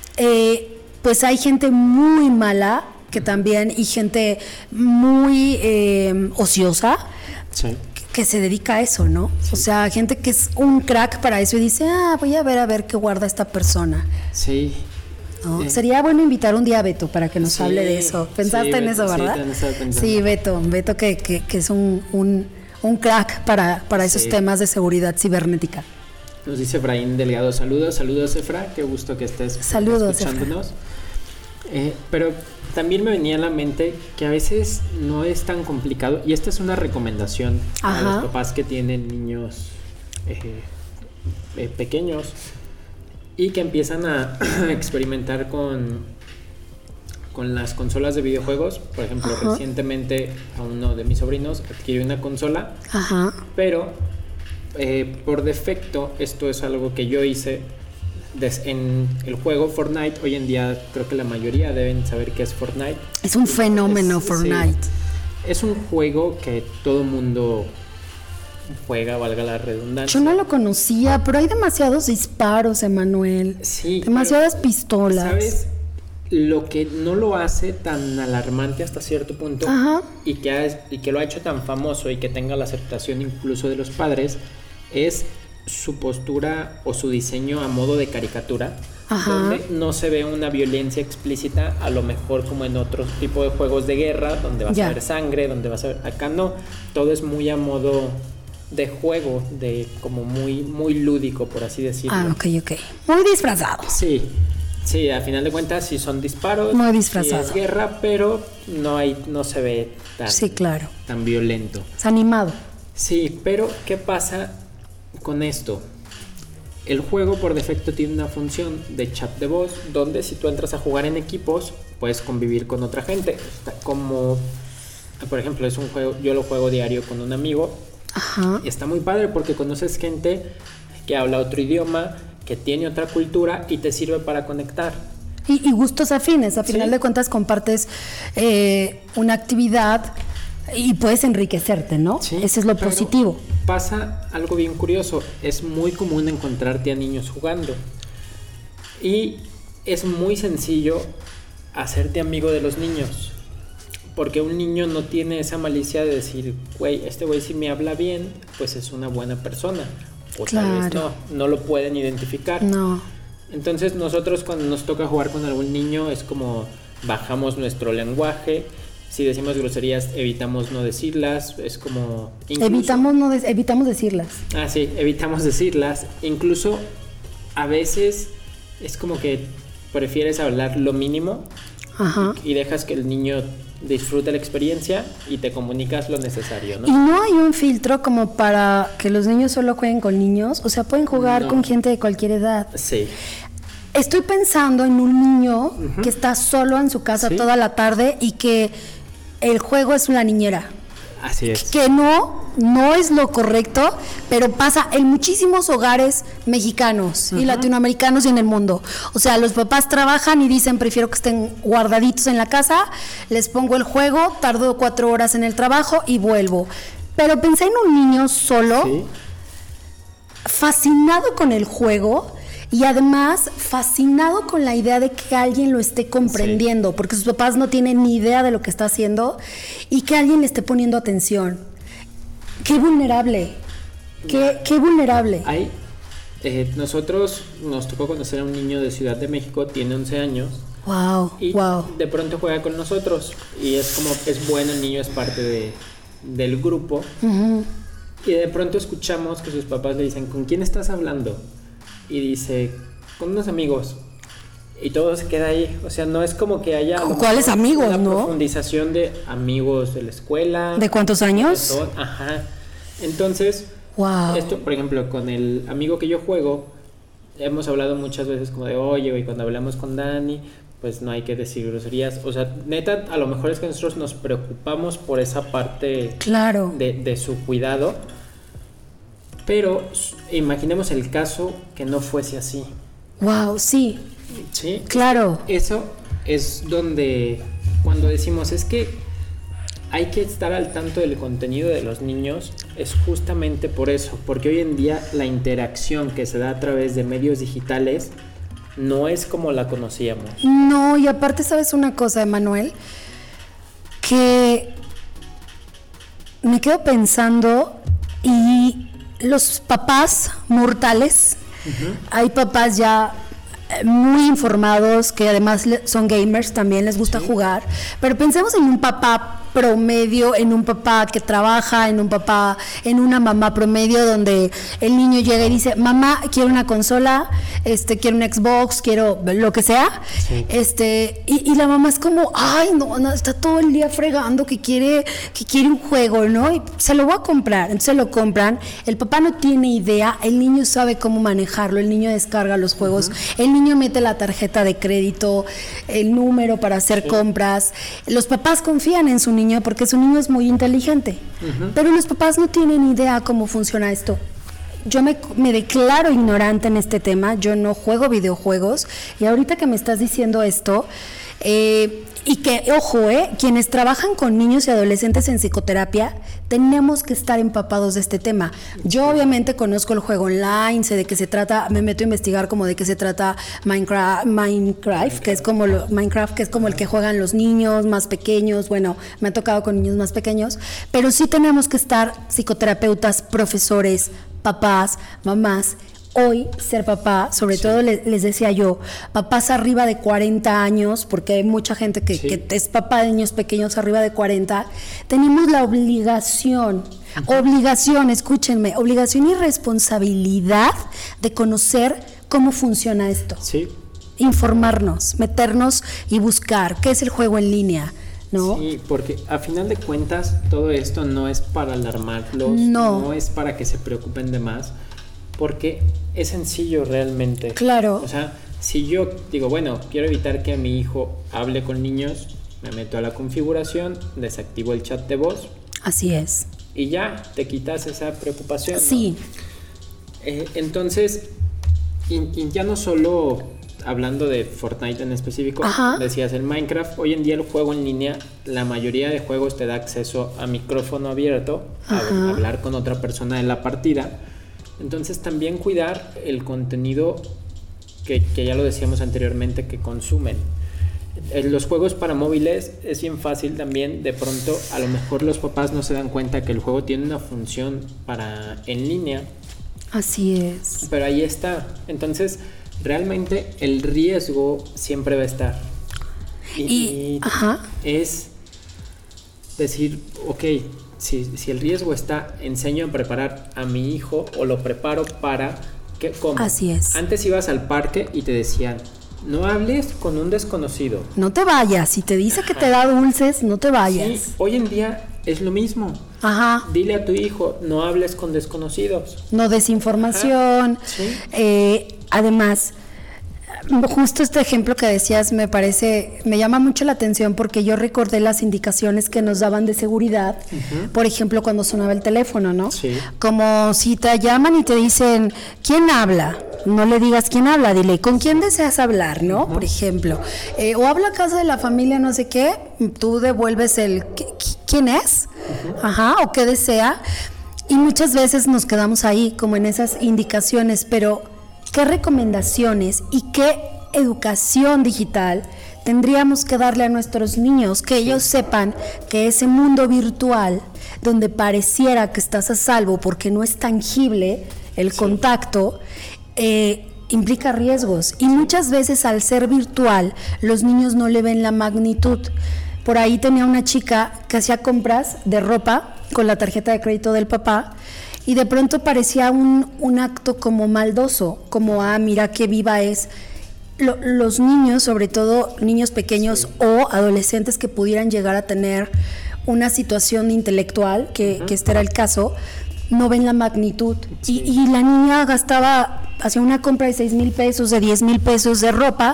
eh, pues hay gente muy mala que también, y gente muy eh, ociosa, sí. que se dedica a eso, ¿no? Sí. O sea, gente que es un crack para eso y dice, ah, voy a ver a ver qué guarda esta persona. Sí. ¿No? Eh. Sería bueno invitar un día a Beto para que nos sí, hable de eso. ¿Pensaste sí, en Beto, eso, verdad? Sí, sí, Beto, Beto que, que, que es un, un, un crack para, para esos sí. temas de seguridad cibernética. Nos dice Efraín Delgado, saludos, saludos Efra, qué gusto que estés saludos, escuchándonos. Eh, pero también me venía a la mente que a veces no es tan complicado, y esta es una recomendación Ajá. a los papás que tienen niños eh, eh, pequeños y que empiezan a experimentar con, con las consolas de videojuegos. Por ejemplo, Ajá. recientemente a uno de mis sobrinos adquirió una consola, Ajá. pero eh, por defecto, esto es algo que yo hice des, en el juego Fortnite. Hoy en día creo que la mayoría deben saber qué es Fortnite. Es un fenómeno es, Fortnite. Sí, es un juego que todo mundo juega, valga la redundancia. Yo no lo conocía, pero hay demasiados disparos, Emanuel. Sí. Demasiadas pistolas. ¿Sabes? Lo que no lo hace tan alarmante hasta cierto punto Ajá. y que, ha, y que lo ha hecho tan famoso y que tenga la aceptación incluso de los padres es su postura o su diseño a modo de caricatura, Ajá. donde no se ve una violencia explícita, a lo mejor como en otros tipos de juegos de guerra, donde vas ya. a ver sangre, donde vas a ver... Acá no, todo es muy a modo de juego, de como muy, muy lúdico, por así decirlo. Ah, ok, ok. Muy disfrazado. Sí, sí, a final de cuentas sí son disparos. Muy disfrazado. Sí es guerra, pero no hay, no se ve tan, sí, claro. tan violento. Es animado. Sí, pero ¿qué pasa con esto? El juego por defecto tiene una función de chat de voz, donde si tú entras a jugar en equipos, puedes convivir con otra gente. Como, por ejemplo, es un juego, yo lo juego diario con un amigo. Ajá. Y está muy padre porque conoces gente que habla otro idioma, que tiene otra cultura y te sirve para conectar. Y, y gustos afines, a final sí. de cuentas compartes eh, una actividad y puedes enriquecerte, ¿no? Sí, ese es lo positivo. Pasa algo bien curioso, es muy común encontrarte a niños jugando y es muy sencillo hacerte amigo de los niños. Porque un niño no tiene esa malicia de decir, güey, este güey si me habla bien, pues es una buena persona. O claro. tal vez no, no lo pueden identificar. No. Entonces nosotros cuando nos toca jugar con algún niño es como bajamos nuestro lenguaje. Si decimos groserías, evitamos no decirlas. Es como... Incluso, evitamos, no de- evitamos decirlas. Ah, sí, evitamos decirlas. Incluso a veces es como que prefieres hablar lo mínimo Ajá. y, y dejas que el niño disfruta la experiencia y te comunicas lo necesario, ¿no? Y no hay un filtro como para que los niños solo jueguen con niños, o sea, pueden jugar no. con gente de cualquier edad. Sí. Estoy pensando en un niño uh-huh. que está solo en su casa ¿Sí? toda la tarde y que el juego es una niñera. Así es. Que no, no es lo correcto, pero pasa en muchísimos hogares mexicanos uh-huh. y latinoamericanos y en el mundo. O sea, los papás trabajan y dicen, prefiero que estén guardaditos en la casa, les pongo el juego, tardo cuatro horas en el trabajo y vuelvo. Pero pensé en un niño solo, ¿Sí? fascinado con el juego y además fascinado con la idea de que alguien lo esté comprendiendo, sí. porque sus papás no tienen ni idea de lo que está haciendo y que alguien le esté poniendo atención. Qué vulnerable, qué, qué vulnerable. Hay Eh, nosotros nos tocó conocer a un niño de Ciudad de México, tiene once años. Wow, Y wow. de pronto juega con nosotros. Y es como, es bueno, el niño es parte de, del grupo. Uh-huh. Y de pronto escuchamos que sus papás le dicen, ¿con quién estás hablando? Y dice, con unos amigos. Y todo se queda ahí. O sea, no es como que haya... ¿Con cuáles amigos, una no? profundización de amigos de la escuela. ¿De cuántos años? Son, ajá. Entonces, Wow. esto, por ejemplo, con el amigo que yo juego, hemos hablado muchas veces como de, oye, güey, cuando hablamos con Dani, pues no hay que decir groserías. O sea, neta, a lo mejor es que nosotros nos preocupamos por esa parte Claro. de, de su cuidado. Pero imaginemos el caso que no fuese así. Wow, sí, ¿Sí? claro. Eso es donde, cuando decimos, es que hay que estar al tanto del contenido de los niños, es justamente por eso, porque hoy en día la interacción que se da a través de medios digitales no es como la conocíamos. No, y aparte, ¿sabes una cosa, Emanuel? Que me quedo pensando, y los papás mortales, uh-huh. hay papás ya muy informados que además son gamers, también les gusta sí. jugar, pero pensemos en un papá promedio, en un papá que trabaja, en un papá, en una mamá promedio donde el niño llega y dice, mamá, quiero una consola, este, quiero un Xbox, quiero lo que sea, sí. este, y, y la mamá es como, ay, no, no, está todo el día fregando que quiere, que quiere un juego, ¿no? Y se lo voy a comprar, entonces lo compran, el papá no tiene idea, el niño sabe cómo manejarlo, el niño descarga los juegos, uh-huh. el niño mete la tarjeta de crédito, el número para hacer sí. compras, los papás confían en su niño porque su niño es muy inteligente, uh-huh. pero los papás no tienen idea cómo funciona esto. Yo me, me declaro ignorante en este tema, yo no juego videojuegos, y ahorita que me estás diciendo esto, eh, y que, ojo, eh, quienes trabajan con niños y adolescentes en psicoterapia, tenemos que estar empapados de este tema. Yo obviamente conozco el juego online, sé de qué se trata, me meto a investigar como de qué se trata Minecraft, Minecraft, que es como lo, Minecraft, que es como el que juegan los niños más pequeños. Bueno, me ha tocado con niños más pequeños, pero sí tenemos que estar psicoterapeutas, profesores, papás, mamás. Hoy ser papá, sobre sí. todo les, les decía yo, papás arriba de cuarenta años, porque hay mucha gente que, sí. que es papá de niños pequeños arriba de cuarenta, tenemos la obligación, uh-huh. obligación, escúchenme, obligación y responsabilidad de conocer cómo funciona esto. Sí. Informarnos, meternos y buscar qué es el juego en línea. ¿No? Sí, porque a final de cuentas todo esto no es para alarmarlos, no, no es para que se preocupen de más, porque es sencillo realmente. Claro. O sea, si yo digo, bueno, quiero evitar que mi hijo hable con niños, me meto a la configuración, desactivo el chat de voz. Así es. Y ya, te quitas esa preocupación. Sí. ¿No? Eh, entonces, y, y ya no solo hablando de Fortnite en específico, ajá. decías el Minecraft, hoy en día el juego en línea, la mayoría de juegos te da acceso a micrófono abierto, ajá. a hablar con otra persona en la partida. Entonces también cuidar el contenido que, que ya lo decíamos anteriormente que consumen. En los juegos para móviles es bien fácil también, de pronto a lo mejor los papás no se dan cuenta que el juego tiene una función para en línea. Así es. Pero ahí está. Entonces realmente el riesgo siempre va a estar. Y, y, y ajá. es decir, ok, Si, si el riesgo está, enseño a preparar a mi hijo o lo preparo para que ¿cómo? Así es. Antes ibas al parque y te decían, no hables con un desconocido. No te vayas, si te dice que te da dulces, no te vayas. Sí, hoy en día es lo mismo. Ajá. Dile a tu hijo, no hables con desconocidos. No desinformación. Sí. Eh, además, justo este ejemplo que decías me parece, me llama mucho la atención porque yo recordé las indicaciones que nos daban de seguridad, uh-huh. por ejemplo, cuando sonaba el teléfono, ¿no? Sí. Como si te llaman y te dicen, ¿quién habla? No le digas quién habla, dile, ¿con quién deseas hablar, no? Uh-huh. Por ejemplo, eh, o habla a casa de la familia no sé qué, tú devuelves el, ¿quién es? Uh-huh. Ajá, o qué desea, y muchas veces nos quedamos ahí, como en esas indicaciones, pero ¿qué recomendaciones y qué educación digital tendríamos que darle a nuestros niños? Que ellos sepan que ese mundo virtual, donde pareciera que estás a salvo porque no es tangible el contacto, eh, implica riesgos y muchas veces al ser virtual los niños no le ven la magnitud. Por ahí tenía una chica que hacía compras de ropa con la tarjeta de crédito del papá y de pronto parecía un, un acto como maldoso, como, ah, mira qué viva es. Lo, los niños, sobre todo niños pequeños sí. o adolescentes que pudieran llegar a tener una situación intelectual, que, uh-huh. que este era el caso, no ven la magnitud. Sí. Y, y la niña gastaba, hacía una compra de seis mil pesos, de diez mil pesos de ropa,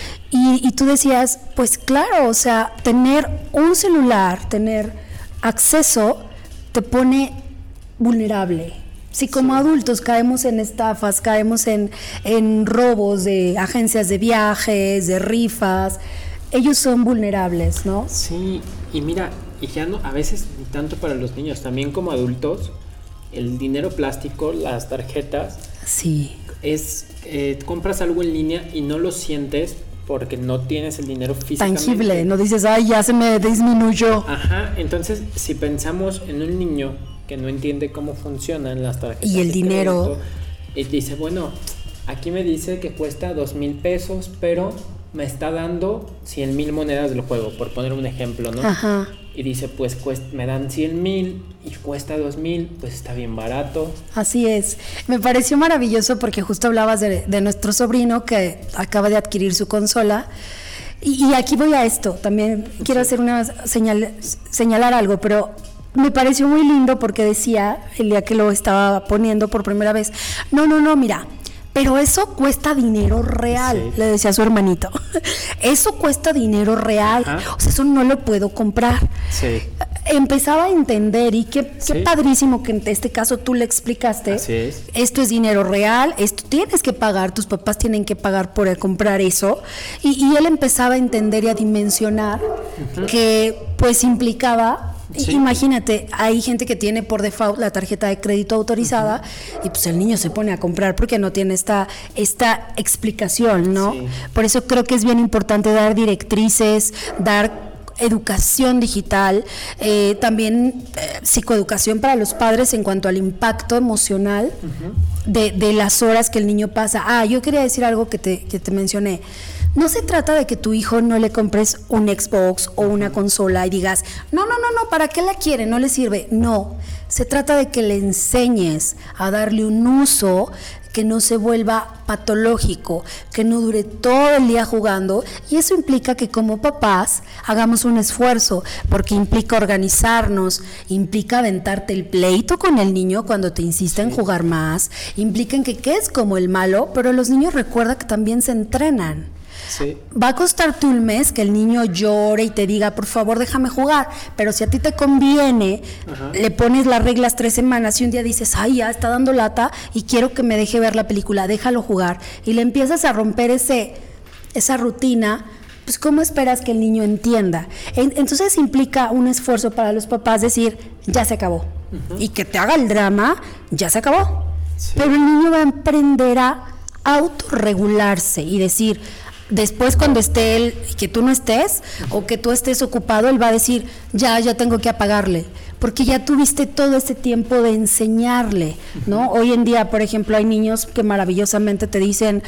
y, y tú decías, pues claro, o sea, tener un celular, tener acceso, te pone vulnerable. Si como sí. adultos caemos en estafas, caemos en, en robos de agencias de viajes, de rifas, ellos son vulnerables, ¿no? Sí, y mira, y ya no, a veces ni tanto para los niños, también como adultos, el dinero plástico, las tarjetas, sí. es, eh, compras algo en línea y no lo sientes porque no tienes el dinero físicamente. Tangible, no dices, ay, ya se me disminuyó. Ajá, entonces si pensamos en un niño que no entiende cómo funcionan las tarjetas y el dinero, y dice, bueno, aquí me dice que cuesta dos mil pesos, pero me está dando cien mil monedas del juego, por poner un ejemplo, ¿no? Ajá. Y dice, pues cuesta, me dan cien mil y cuesta dos mil, pues está bien barato. Así es. Me pareció maravilloso porque justo hablabas de, de nuestro sobrino que acaba de adquirir su consola. Y, y aquí voy a esto, también quiero sí. hacer una señal, señalar algo, pero me pareció muy lindo porque decía, el día que lo estaba poniendo por primera vez, no, no, no, mira, pero eso cuesta dinero real, sí. le decía a su hermanito. Eso cuesta dinero real, ajá. o sea, eso no lo puedo comprar. Sí. Empezaba a entender y qué, sí. qué padrísimo que en este caso tú le explicaste. Así es. Esto es dinero real, esto tienes que pagar, tus papás tienen que pagar por comprar eso. Y, y él empezaba a entender y a dimensionar uh-huh. que pues implicaba... Sí. Imagínate, hay gente que tiene por default la tarjeta de crédito autorizada uh-huh. y pues el niño se pone a comprar porque no tiene esta, esta explicación, ¿no? Sí. Por eso creo que es bien importante dar directrices, dar educación digital, eh, también eh, psicoeducación para los padres en cuanto al impacto emocional uh-huh. de, de las horas que el niño pasa. Ah, yo quería decir algo que te, que te mencioné. No se trata de que tu hijo no le compres un Xbox o una consola y digas, no, no, no, no, ¿para qué la quiere? No le sirve. No, se trata de que le enseñes a darle un uso que no se vuelva patológico, que no dure todo el día jugando, y eso implica que como papás hagamos un esfuerzo, porque implica organizarnos, implica aventarte el pleito con el niño cuando te insiste sí. en jugar más, implica en que quedes como el malo, pero los niños recuerda que también se entrenan. Sí. Va a costarte un mes que el niño llore y te diga, por favor, déjame jugar, pero si a ti te conviene, ajá. le pones las reglas tres semanas y un día dices, ay, ya está dando lata y quiero que me deje ver la película, déjalo jugar, y le empiezas a romper ese, esa rutina, pues ¿cómo esperas que el niño entienda? Entonces implica un esfuerzo para los papás decir, ya se acabó, uh-huh. y que te haga el drama, ya se acabó, sí. pero el niño va a aprender a autorregularse y decir, después cuando esté él y que tú no estés o que tú estés ocupado, él va a decir, ya, ya tengo que apagarle, porque ya tuviste todo este tiempo de enseñarle, ¿no? Hoy en día, por ejemplo, hay niños que maravillosamente te dicen,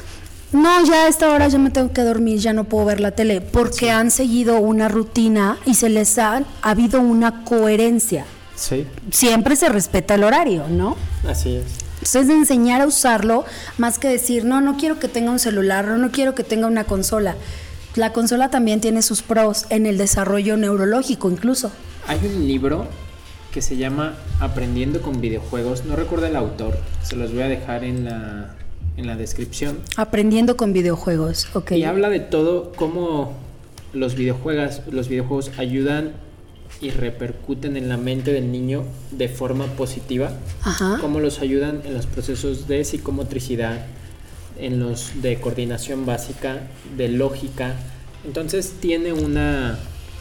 no, ya a esta hora ya me tengo que dormir, ya no puedo ver la tele, porque sí. han seguido una rutina y se les ha, ha habido una coherencia. Sí. Siempre se respeta el horario, ¿no? Así es. Entonces, de enseñar a usarlo, más que decir, no, no quiero que tenga un celular, no, no quiero que tenga una consola. La consola también tiene sus pros en el desarrollo neurológico incluso. Hay un libro que se llama Aprendiendo con videojuegos, no recuerdo el autor, se los voy a dejar en la, en la descripción. Aprendiendo con videojuegos, ok. Y habla de todo, cómo los videojuegos, los videojuegos ayudan y repercuten en la mente del niño de forma positiva. Ajá. Cómo los ayudan en los procesos de psicomotricidad, en los de coordinación básica, de lógica. Entonces tiene una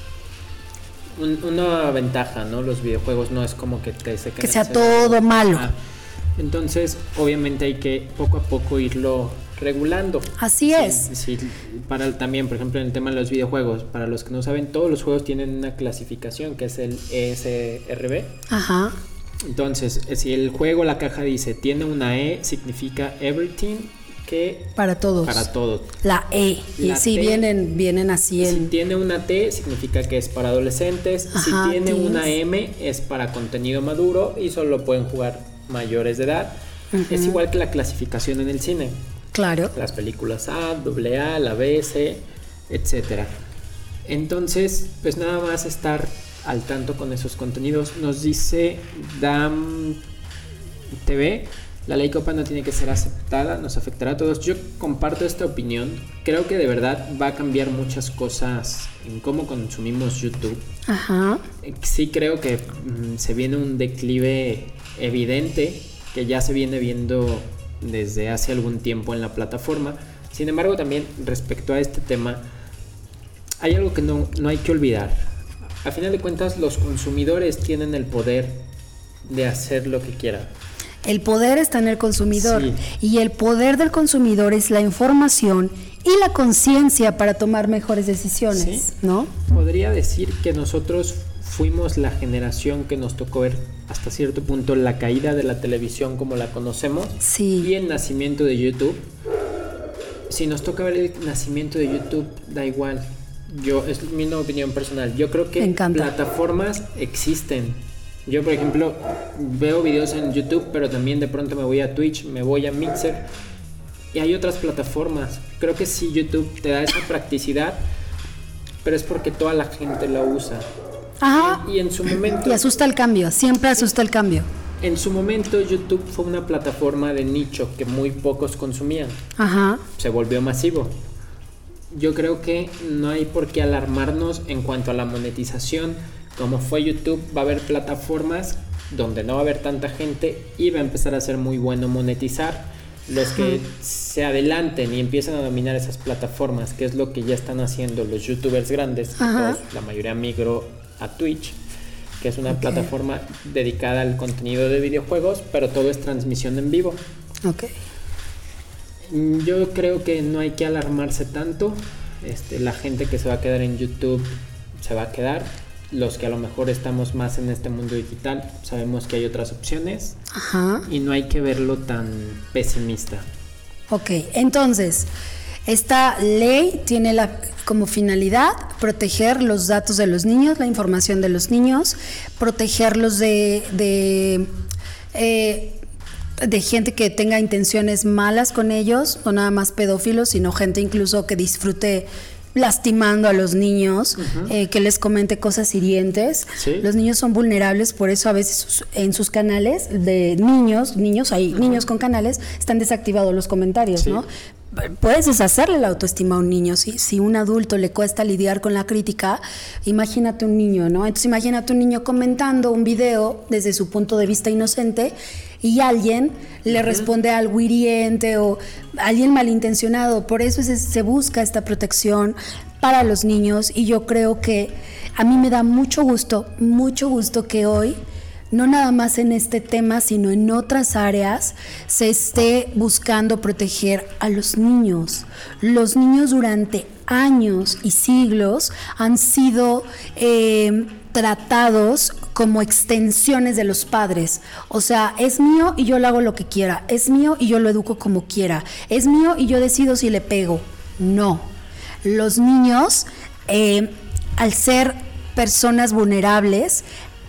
un, una ventaja, ¿no? Los videojuegos no es como que te se que sea todo malo. Ah, entonces obviamente hay que poco a poco irlo regulando. Así es. Sí, sí, para también, por ejemplo, en el tema de los videojuegos, para los que no saben, todos los juegos tienen una clasificación que es el E S R B. Ajá. Entonces, si el juego, la caja dice tiene una E, significa everything, que para todos. Para todos. La E. La y si vienen, vienen así en... Si tiene una T, significa que es para adolescentes. Ajá, si tiene teens. Una M, es para contenido maduro y solo pueden jugar mayores de edad. Uh-huh. Es igual que la clasificación en el cine. Claro. Las películas A, doble A, la B, C, etcétera. Entonces, pues nada más estar al tanto con esos contenidos. Nos dice Dam T V, la ley Copa no tiene que ser aceptada, nos afectará a todos. Yo comparto esta opinión. Creo que de verdad va a cambiar muchas cosas en cómo consumimos YouTube. Ajá. Sí creo que mmm, se viene un declive evidente que ya se viene viendo desde hace algún tiempo en la plataforma. Sin embargo, también respecto a este tema, hay algo que no, no hay que olvidar. A final de cuentas, los consumidores tienen el poder de hacer lo que quieran. El poder está en el consumidor, sí. Y el poder del consumidor es la información y la conciencia para tomar mejores decisiones, ¿sí? ¿No? Podría decir que nosotros fuimos la generación que nos tocó ver hasta cierto punto la caída de la televisión como la conocemos, sí. Y el nacimiento de YouTube. Si nos toca ver el nacimiento de YouTube, da igual. Yo, es mi opinión personal. Yo creo que plataformas existen. Yo, por ejemplo, veo videos en YouTube, pero también de pronto me voy a Twitch, me voy a Mixer y hay otras plataformas. Creo que sí, YouTube te da esa practicidad, pero es porque toda la gente la usa. Ajá. Y, y en su momento... Y asusta el cambio, siempre asusta el cambio. En su momento YouTube fue una plataforma de nicho que muy pocos consumían. Ajá. Se volvió masivo. Yo creo que no hay por qué alarmarnos en cuanto a la monetización. Como fue YouTube, va a haber plataformas donde no va a haber tanta gente y va a empezar a ser muy bueno monetizar. Los que se adelanten y empiezan a dominar esas plataformas, que es lo que ya están haciendo los youtubers grandes, todos, la mayoría migró a Twitch, que es una okay. plataforma dedicada al contenido de videojuegos, pero todo es transmisión en vivo. Okay. Yo creo que no hay que alarmarse tanto. Este, la gente que se va a quedar en YouTube se va a quedar. Los que a lo mejor estamos más en este mundo digital sabemos que hay otras opciones. Ajá. Y no hay que verlo tan pesimista. Ok, entonces esta ley tiene la, como finalidad proteger los datos de los niños, la información de los niños, protegerlos de, de, eh, de gente que tenga intenciones malas con ellos, no nada más pedófilos, sino gente incluso que disfrute lastimando a los niños, uh-huh. eh, que les comente cosas hirientes. ¿Sí? Los niños son vulnerables, por eso a veces sus, en sus canales de niños, niños hay uh-huh. niños con canales, están desactivados los comentarios, sí. ¿no? Puedes deshacerle la autoestima a un niño. Si, si un adulto le cuesta lidiar con la crítica, imagínate un niño, ¿no? Entonces imagínate un niño comentando un video desde su punto de vista inocente y alguien le uh-huh. responde algo hiriente o alguien malintencionado. Por eso se, se busca esta protección para los niños y yo creo que a mí me da mucho gusto, mucho gusto que hoy, no nada más en este tema, sino en otras áreas, se esté buscando proteger a los niños. Los niños durante años y siglos han sido eh, tratados como extensiones de los padres. O sea, es mío y yo le hago lo que quiera, es mío y yo lo educo como quiera, es mío y yo decido si le pego. No. Los niños, eh, al ser personas vulnerables,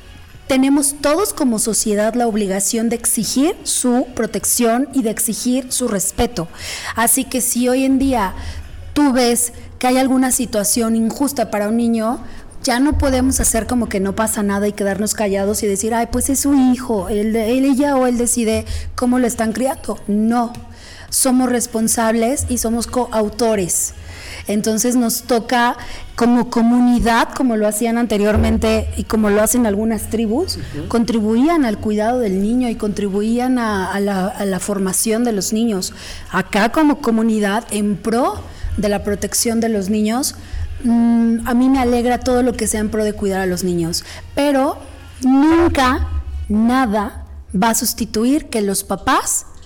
tenemos todos como sociedad la obligación de exigir su protección y de exigir su respeto. Así que si hoy en día tú ves que hay alguna situación injusta para un niño, ya no podemos hacer como que no pasa nada y quedarnos callados y decir, ay, pues es su hijo, él, él ella o él decide cómo lo están criando. No, somos responsables y somos coautores. Entonces nos toca como comunidad, como lo hacían anteriormente y como lo hacen algunas tribus, uh-huh. contribuían al cuidado del niño y contribuían a, a, la, a la formación de los niños. Acá como comunidad, en pro de la protección de los niños, mmm, a mí me alegra todo lo que sea en pro de cuidar a los niños, pero nunca, nada va a sustituir que los papás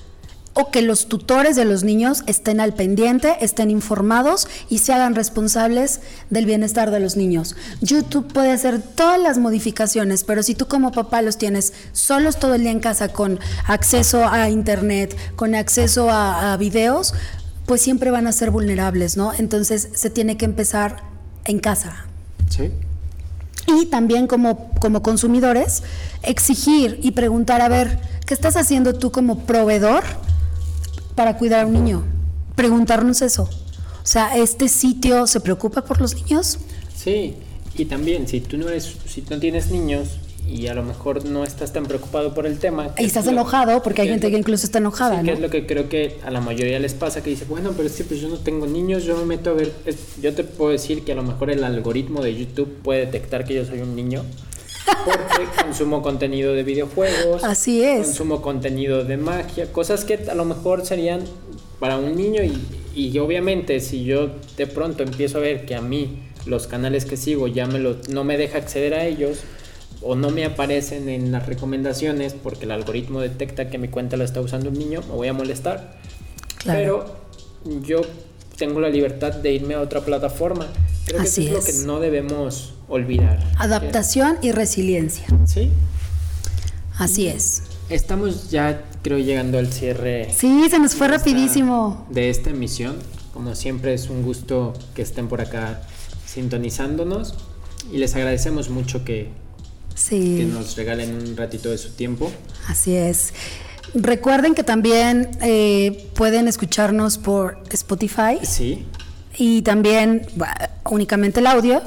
o que los tutores de los niños estén al pendiente, estén informados y se hagan responsables del bienestar de los niños. YouTube puede hacer todas las modificaciones, pero si tú como papá los tienes solos todo el día en casa con acceso a internet, con acceso a, a videos, pues siempre van a ser vulnerables, ¿no? Entonces se tiene que empezar en casa. Sí. Y también como, como consumidores, exigir y preguntar, a ver, ¿qué estás haciendo tú como proveedor para cuidar a un niño? Preguntarnos eso. O sea, ¿este sitio se preocupa por los niños? Sí, y también si tú no eres, si no tienes niños y a lo mejor no estás tan preocupado por el tema. Y estás lo, enojado, porque hay gente que, que incluso está enojada, sí, ¿no? que es lo que creo que a la mayoría les pasa, que dice, bueno, pero es que pues yo no tengo niños, yo me meto a ver, es, yo te puedo decir que a lo mejor el algoritmo de YouTube puede detectar que yo soy un niño, porque consumo contenido de videojuegos, así es, consumo contenido de magia, cosas que a lo mejor serían para un niño y, y obviamente si yo de pronto empiezo a ver que a mí los canales que sigo ya me lo, no me deja acceder a ellos o no me aparecen en las recomendaciones porque el algoritmo detecta que mi cuenta la está usando un niño, me voy a molestar. Claro. Pero yo tengo la libertad de irme a otra plataforma. Creo Así que eso es, es lo que no debemos olvidar. Adaptación y resiliencia. Sí. Así es. Estamos ya, creo, llegando al cierre. Sí, se nos fue de esta, rapidísimo. De esta emisión. Como siempre es un gusto que estén por acá sintonizándonos y les agradecemos mucho que, sí. que nos regalen un ratito de su tiempo. Así es. Recuerden que también eh, pueden escucharnos por Spotify. Sí. Y también bueno, únicamente el audio,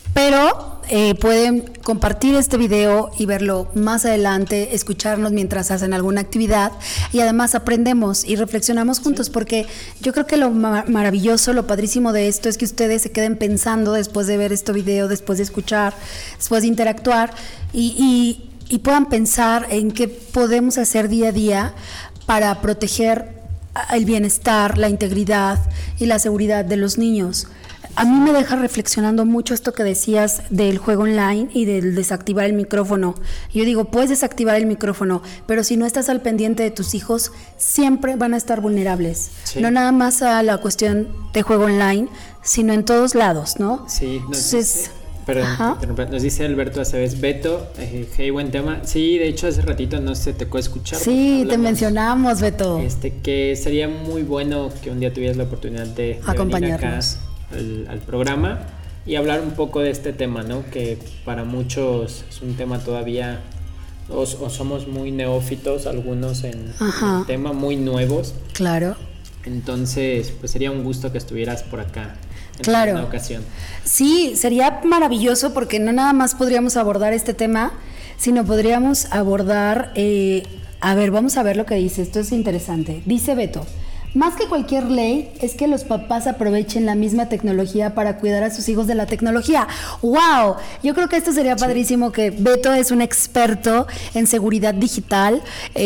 pero eh, pueden compartir este video y verlo más adelante, escucharnos mientras hacen alguna actividad y además aprendemos y reflexionamos juntos, sí. Porque yo creo que lo ma- maravilloso, lo padrísimo de esto es que ustedes se queden pensando después de ver este video, después de escuchar, después de interactuar y, y, y puedan pensar en qué podemos hacer día a día para proteger el bienestar, la integridad y la seguridad de los niños. A mí me deja reflexionando mucho esto que decías del juego online y del desactivar el micrófono. Yo digo, puedes desactivar el micrófono, pero si no estás al pendiente de tus hijos, siempre van a estar vulnerables. Sí. No nada más a la cuestión de juego online, sino en todos lados, ¿no? Sí, no, Entonces, sí. Perdón, nos dice Alberto Aceves, Beto, eh, hey, buen tema. Sí, de hecho hace ratito no se te puede escuchar. Sí, te mencionamos, Beto. Este, que sería muy bueno que un día tuvieras la oportunidad de, de acompañarnos venir acá al, al programa y hablar un poco de este tema, ¿no? Que para muchos es un tema todavía, o, o somos muy neófitos, algunos en el tema, muy nuevos. Claro. Entonces, pues sería un gusto que estuvieras por acá. En claro. una ocasión. Sí, sería maravilloso porque no nada más podríamos abordar este tema, sino podríamos abordar, eh, a ver, vamos a ver lo que dice, esto es interesante. Dice Beto, más que cualquier ley es que los papás aprovechen la misma tecnología para cuidar a sus hijos de la tecnología. ¡Wow! Yo creo que esto sería padrísimo, que Beto es un experto en seguridad digital,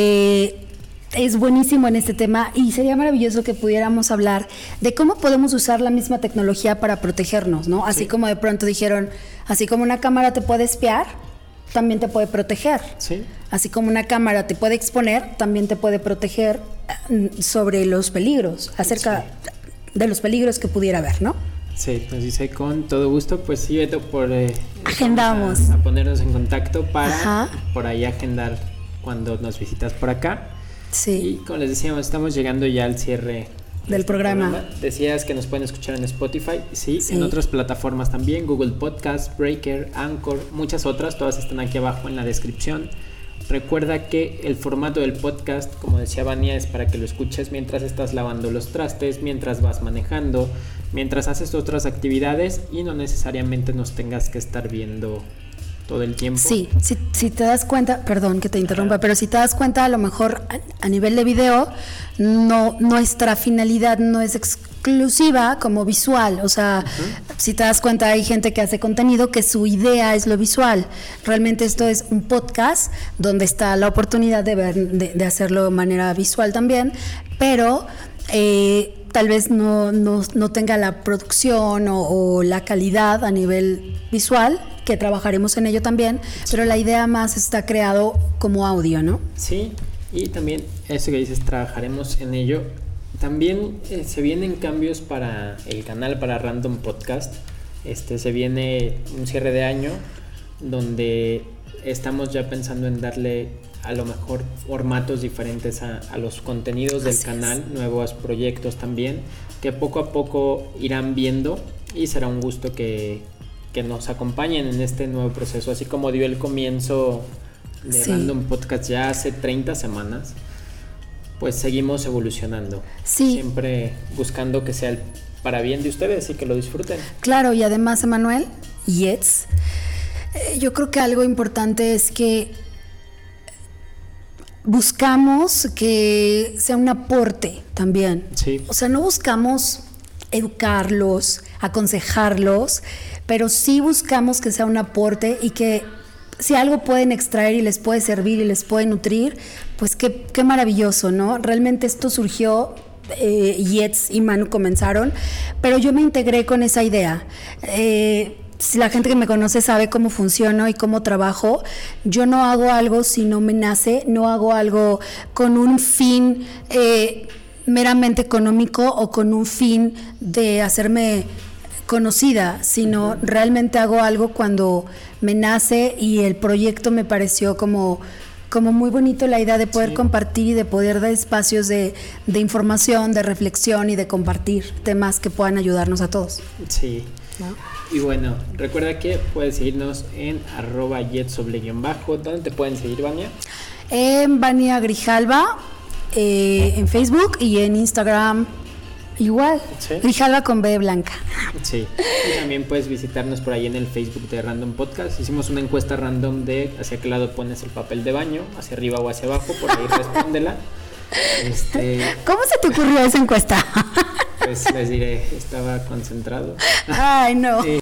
eh, es buenísimo en este tema y sería maravilloso que pudiéramos hablar de cómo podemos usar la misma tecnología para protegernos, ¿no? Así sí. Como de pronto dijeron, así como una cámara te puede espiar, también te puede proteger. Sí. Así como una cámara te puede exponer, también te puede proteger sobre los peligros, acerca sí. de los peligros que pudiera haber, ¿no? Sí, nos dice con todo gusto, pues sí, Beto, por eh, agendamos a, a ponernos en contacto para Ajá. por ahí agendar cuando nos visitas por acá. Sí. Y como les decíamos, estamos llegando ya al cierre del este programa. programa. Decías que nos pueden escuchar en Spotify, sí, sí, en otras plataformas también, Google Podcast, Breaker, Anchor, muchas otras, todas están aquí abajo en la descripción. Recuerda que el formato del podcast, como decía Vania, es para que lo escuches mientras estás lavando los trastes, mientras vas manejando, mientras haces otras actividades y no necesariamente nos tengas que estar viendo todo el tiempo. Sí, si, si te das cuenta, perdón que te interrumpa, Ajá. pero si te das cuenta, a lo mejor a, a nivel de video, no, nuestra finalidad no es exclusiva como visual. O sea, uh-huh. si te das cuenta, hay gente que hace contenido que su idea es lo visual. Realmente esto sí. es un podcast donde está la oportunidad de ver, de, de hacerlo de manera visual también, pero eh, tal vez no, no, no tenga la producción o, o la calidad a nivel visual, que trabajaremos en ello también, pero la idea más está creado como audio, ¿no? Sí, Y también, eso que dices, trabajaremos en ello. También eh, se vienen cambios para el canal, para Random Podcast. Este, se viene un cierre de año donde estamos ya pensando en darle a lo mejor formatos diferentes a, a los contenidos del Así canal, es. nuevos proyectos también, que poco a poco irán viendo, y será un gusto que, que nos acompañen en este nuevo proceso, así como dio el comienzo de Sí. Random Podcast ya hace treinta semanas, pues seguimos evolucionando, Sí. siempre buscando que sea el para bien de ustedes y que lo disfruten. Claro, y además, Emanuel, Yetz, eh, yo creo que algo importante es que buscamos que sea un aporte también. Sí. O sea, no buscamos educarlos, aconsejarlos, pero sí buscamos que sea un aporte y que si algo pueden extraer y les puede servir y les puede nutrir, pues qué, qué maravilloso, ¿no? Realmente esto surgió, eh, Yetz y Manu comenzaron, pero yo me integré con esa idea. Eh, si la gente que me conoce sabe cómo funciono y cómo trabajo, yo no hago algo si no me nace, no hago algo con un fin eh, meramente económico o con un fin de hacerme conocida, sino realmente hago algo cuando me nace y el proyecto me pareció como, como muy bonito, la idea de poder Sí. compartir y de poder dar espacios de, de información, de reflexión y de compartir temas que puedan ayudarnos a todos, Sí. ¿no? Y bueno, recuerda que puedes seguirnos en arroba jetsoble guión bajo. ¿Dónde te pueden seguir, Vania? En Vania Grijalva, eh, en Facebook y en Instagram igual, Sí. Grijalva con B blanca. Sí. Y también puedes visitarnos por ahí en el Facebook de Random Podcast. Hicimos una encuesta random de hacia qué lado pones el papel de baño, hacia arriba o hacia abajo, por ahí respóndela. Este, ¿Cómo se te ocurrió esa encuesta? pues les diré, estaba concentrado. Ay, no. Sí.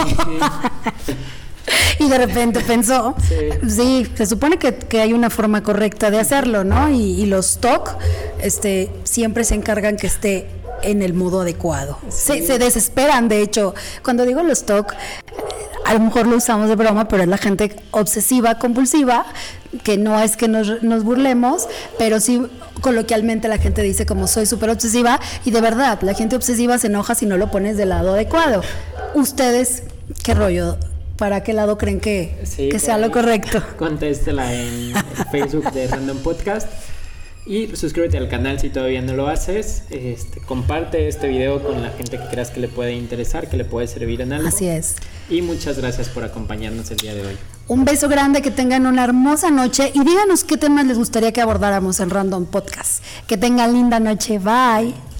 Y de repente pensó, Sí. sí, se supone que, que hay una forma correcta de hacerlo, ¿no? Y, y los T O C este, siempre se encargan que esté en el modo adecuado. Se, se desesperan, de hecho. Cuando digo los T O C, a lo mejor lo usamos de broma, pero es la gente obsesiva, compulsiva, que no es que nos, nos burlemos, pero sí coloquialmente la gente dice como soy súper obsesiva, y de verdad, la gente obsesiva se enoja si no lo pones del lado adecuado. Ustedes, ¿qué rollo? ¿Para qué lado creen que, Sí, que sea por lo ahí. correcto? Contéstela en el Facebook de Random Podcast. Y suscríbete al canal si todavía no lo haces. Este, comparte este video con la gente que creas que le puede interesar, que le puede servir en algo. Así es. Y muchas gracias por acompañarnos el día de hoy. Un beso grande, que tengan una hermosa noche y díganos qué temas les gustaría que abordáramos en Random Podcast. Que tengan linda noche. Bye.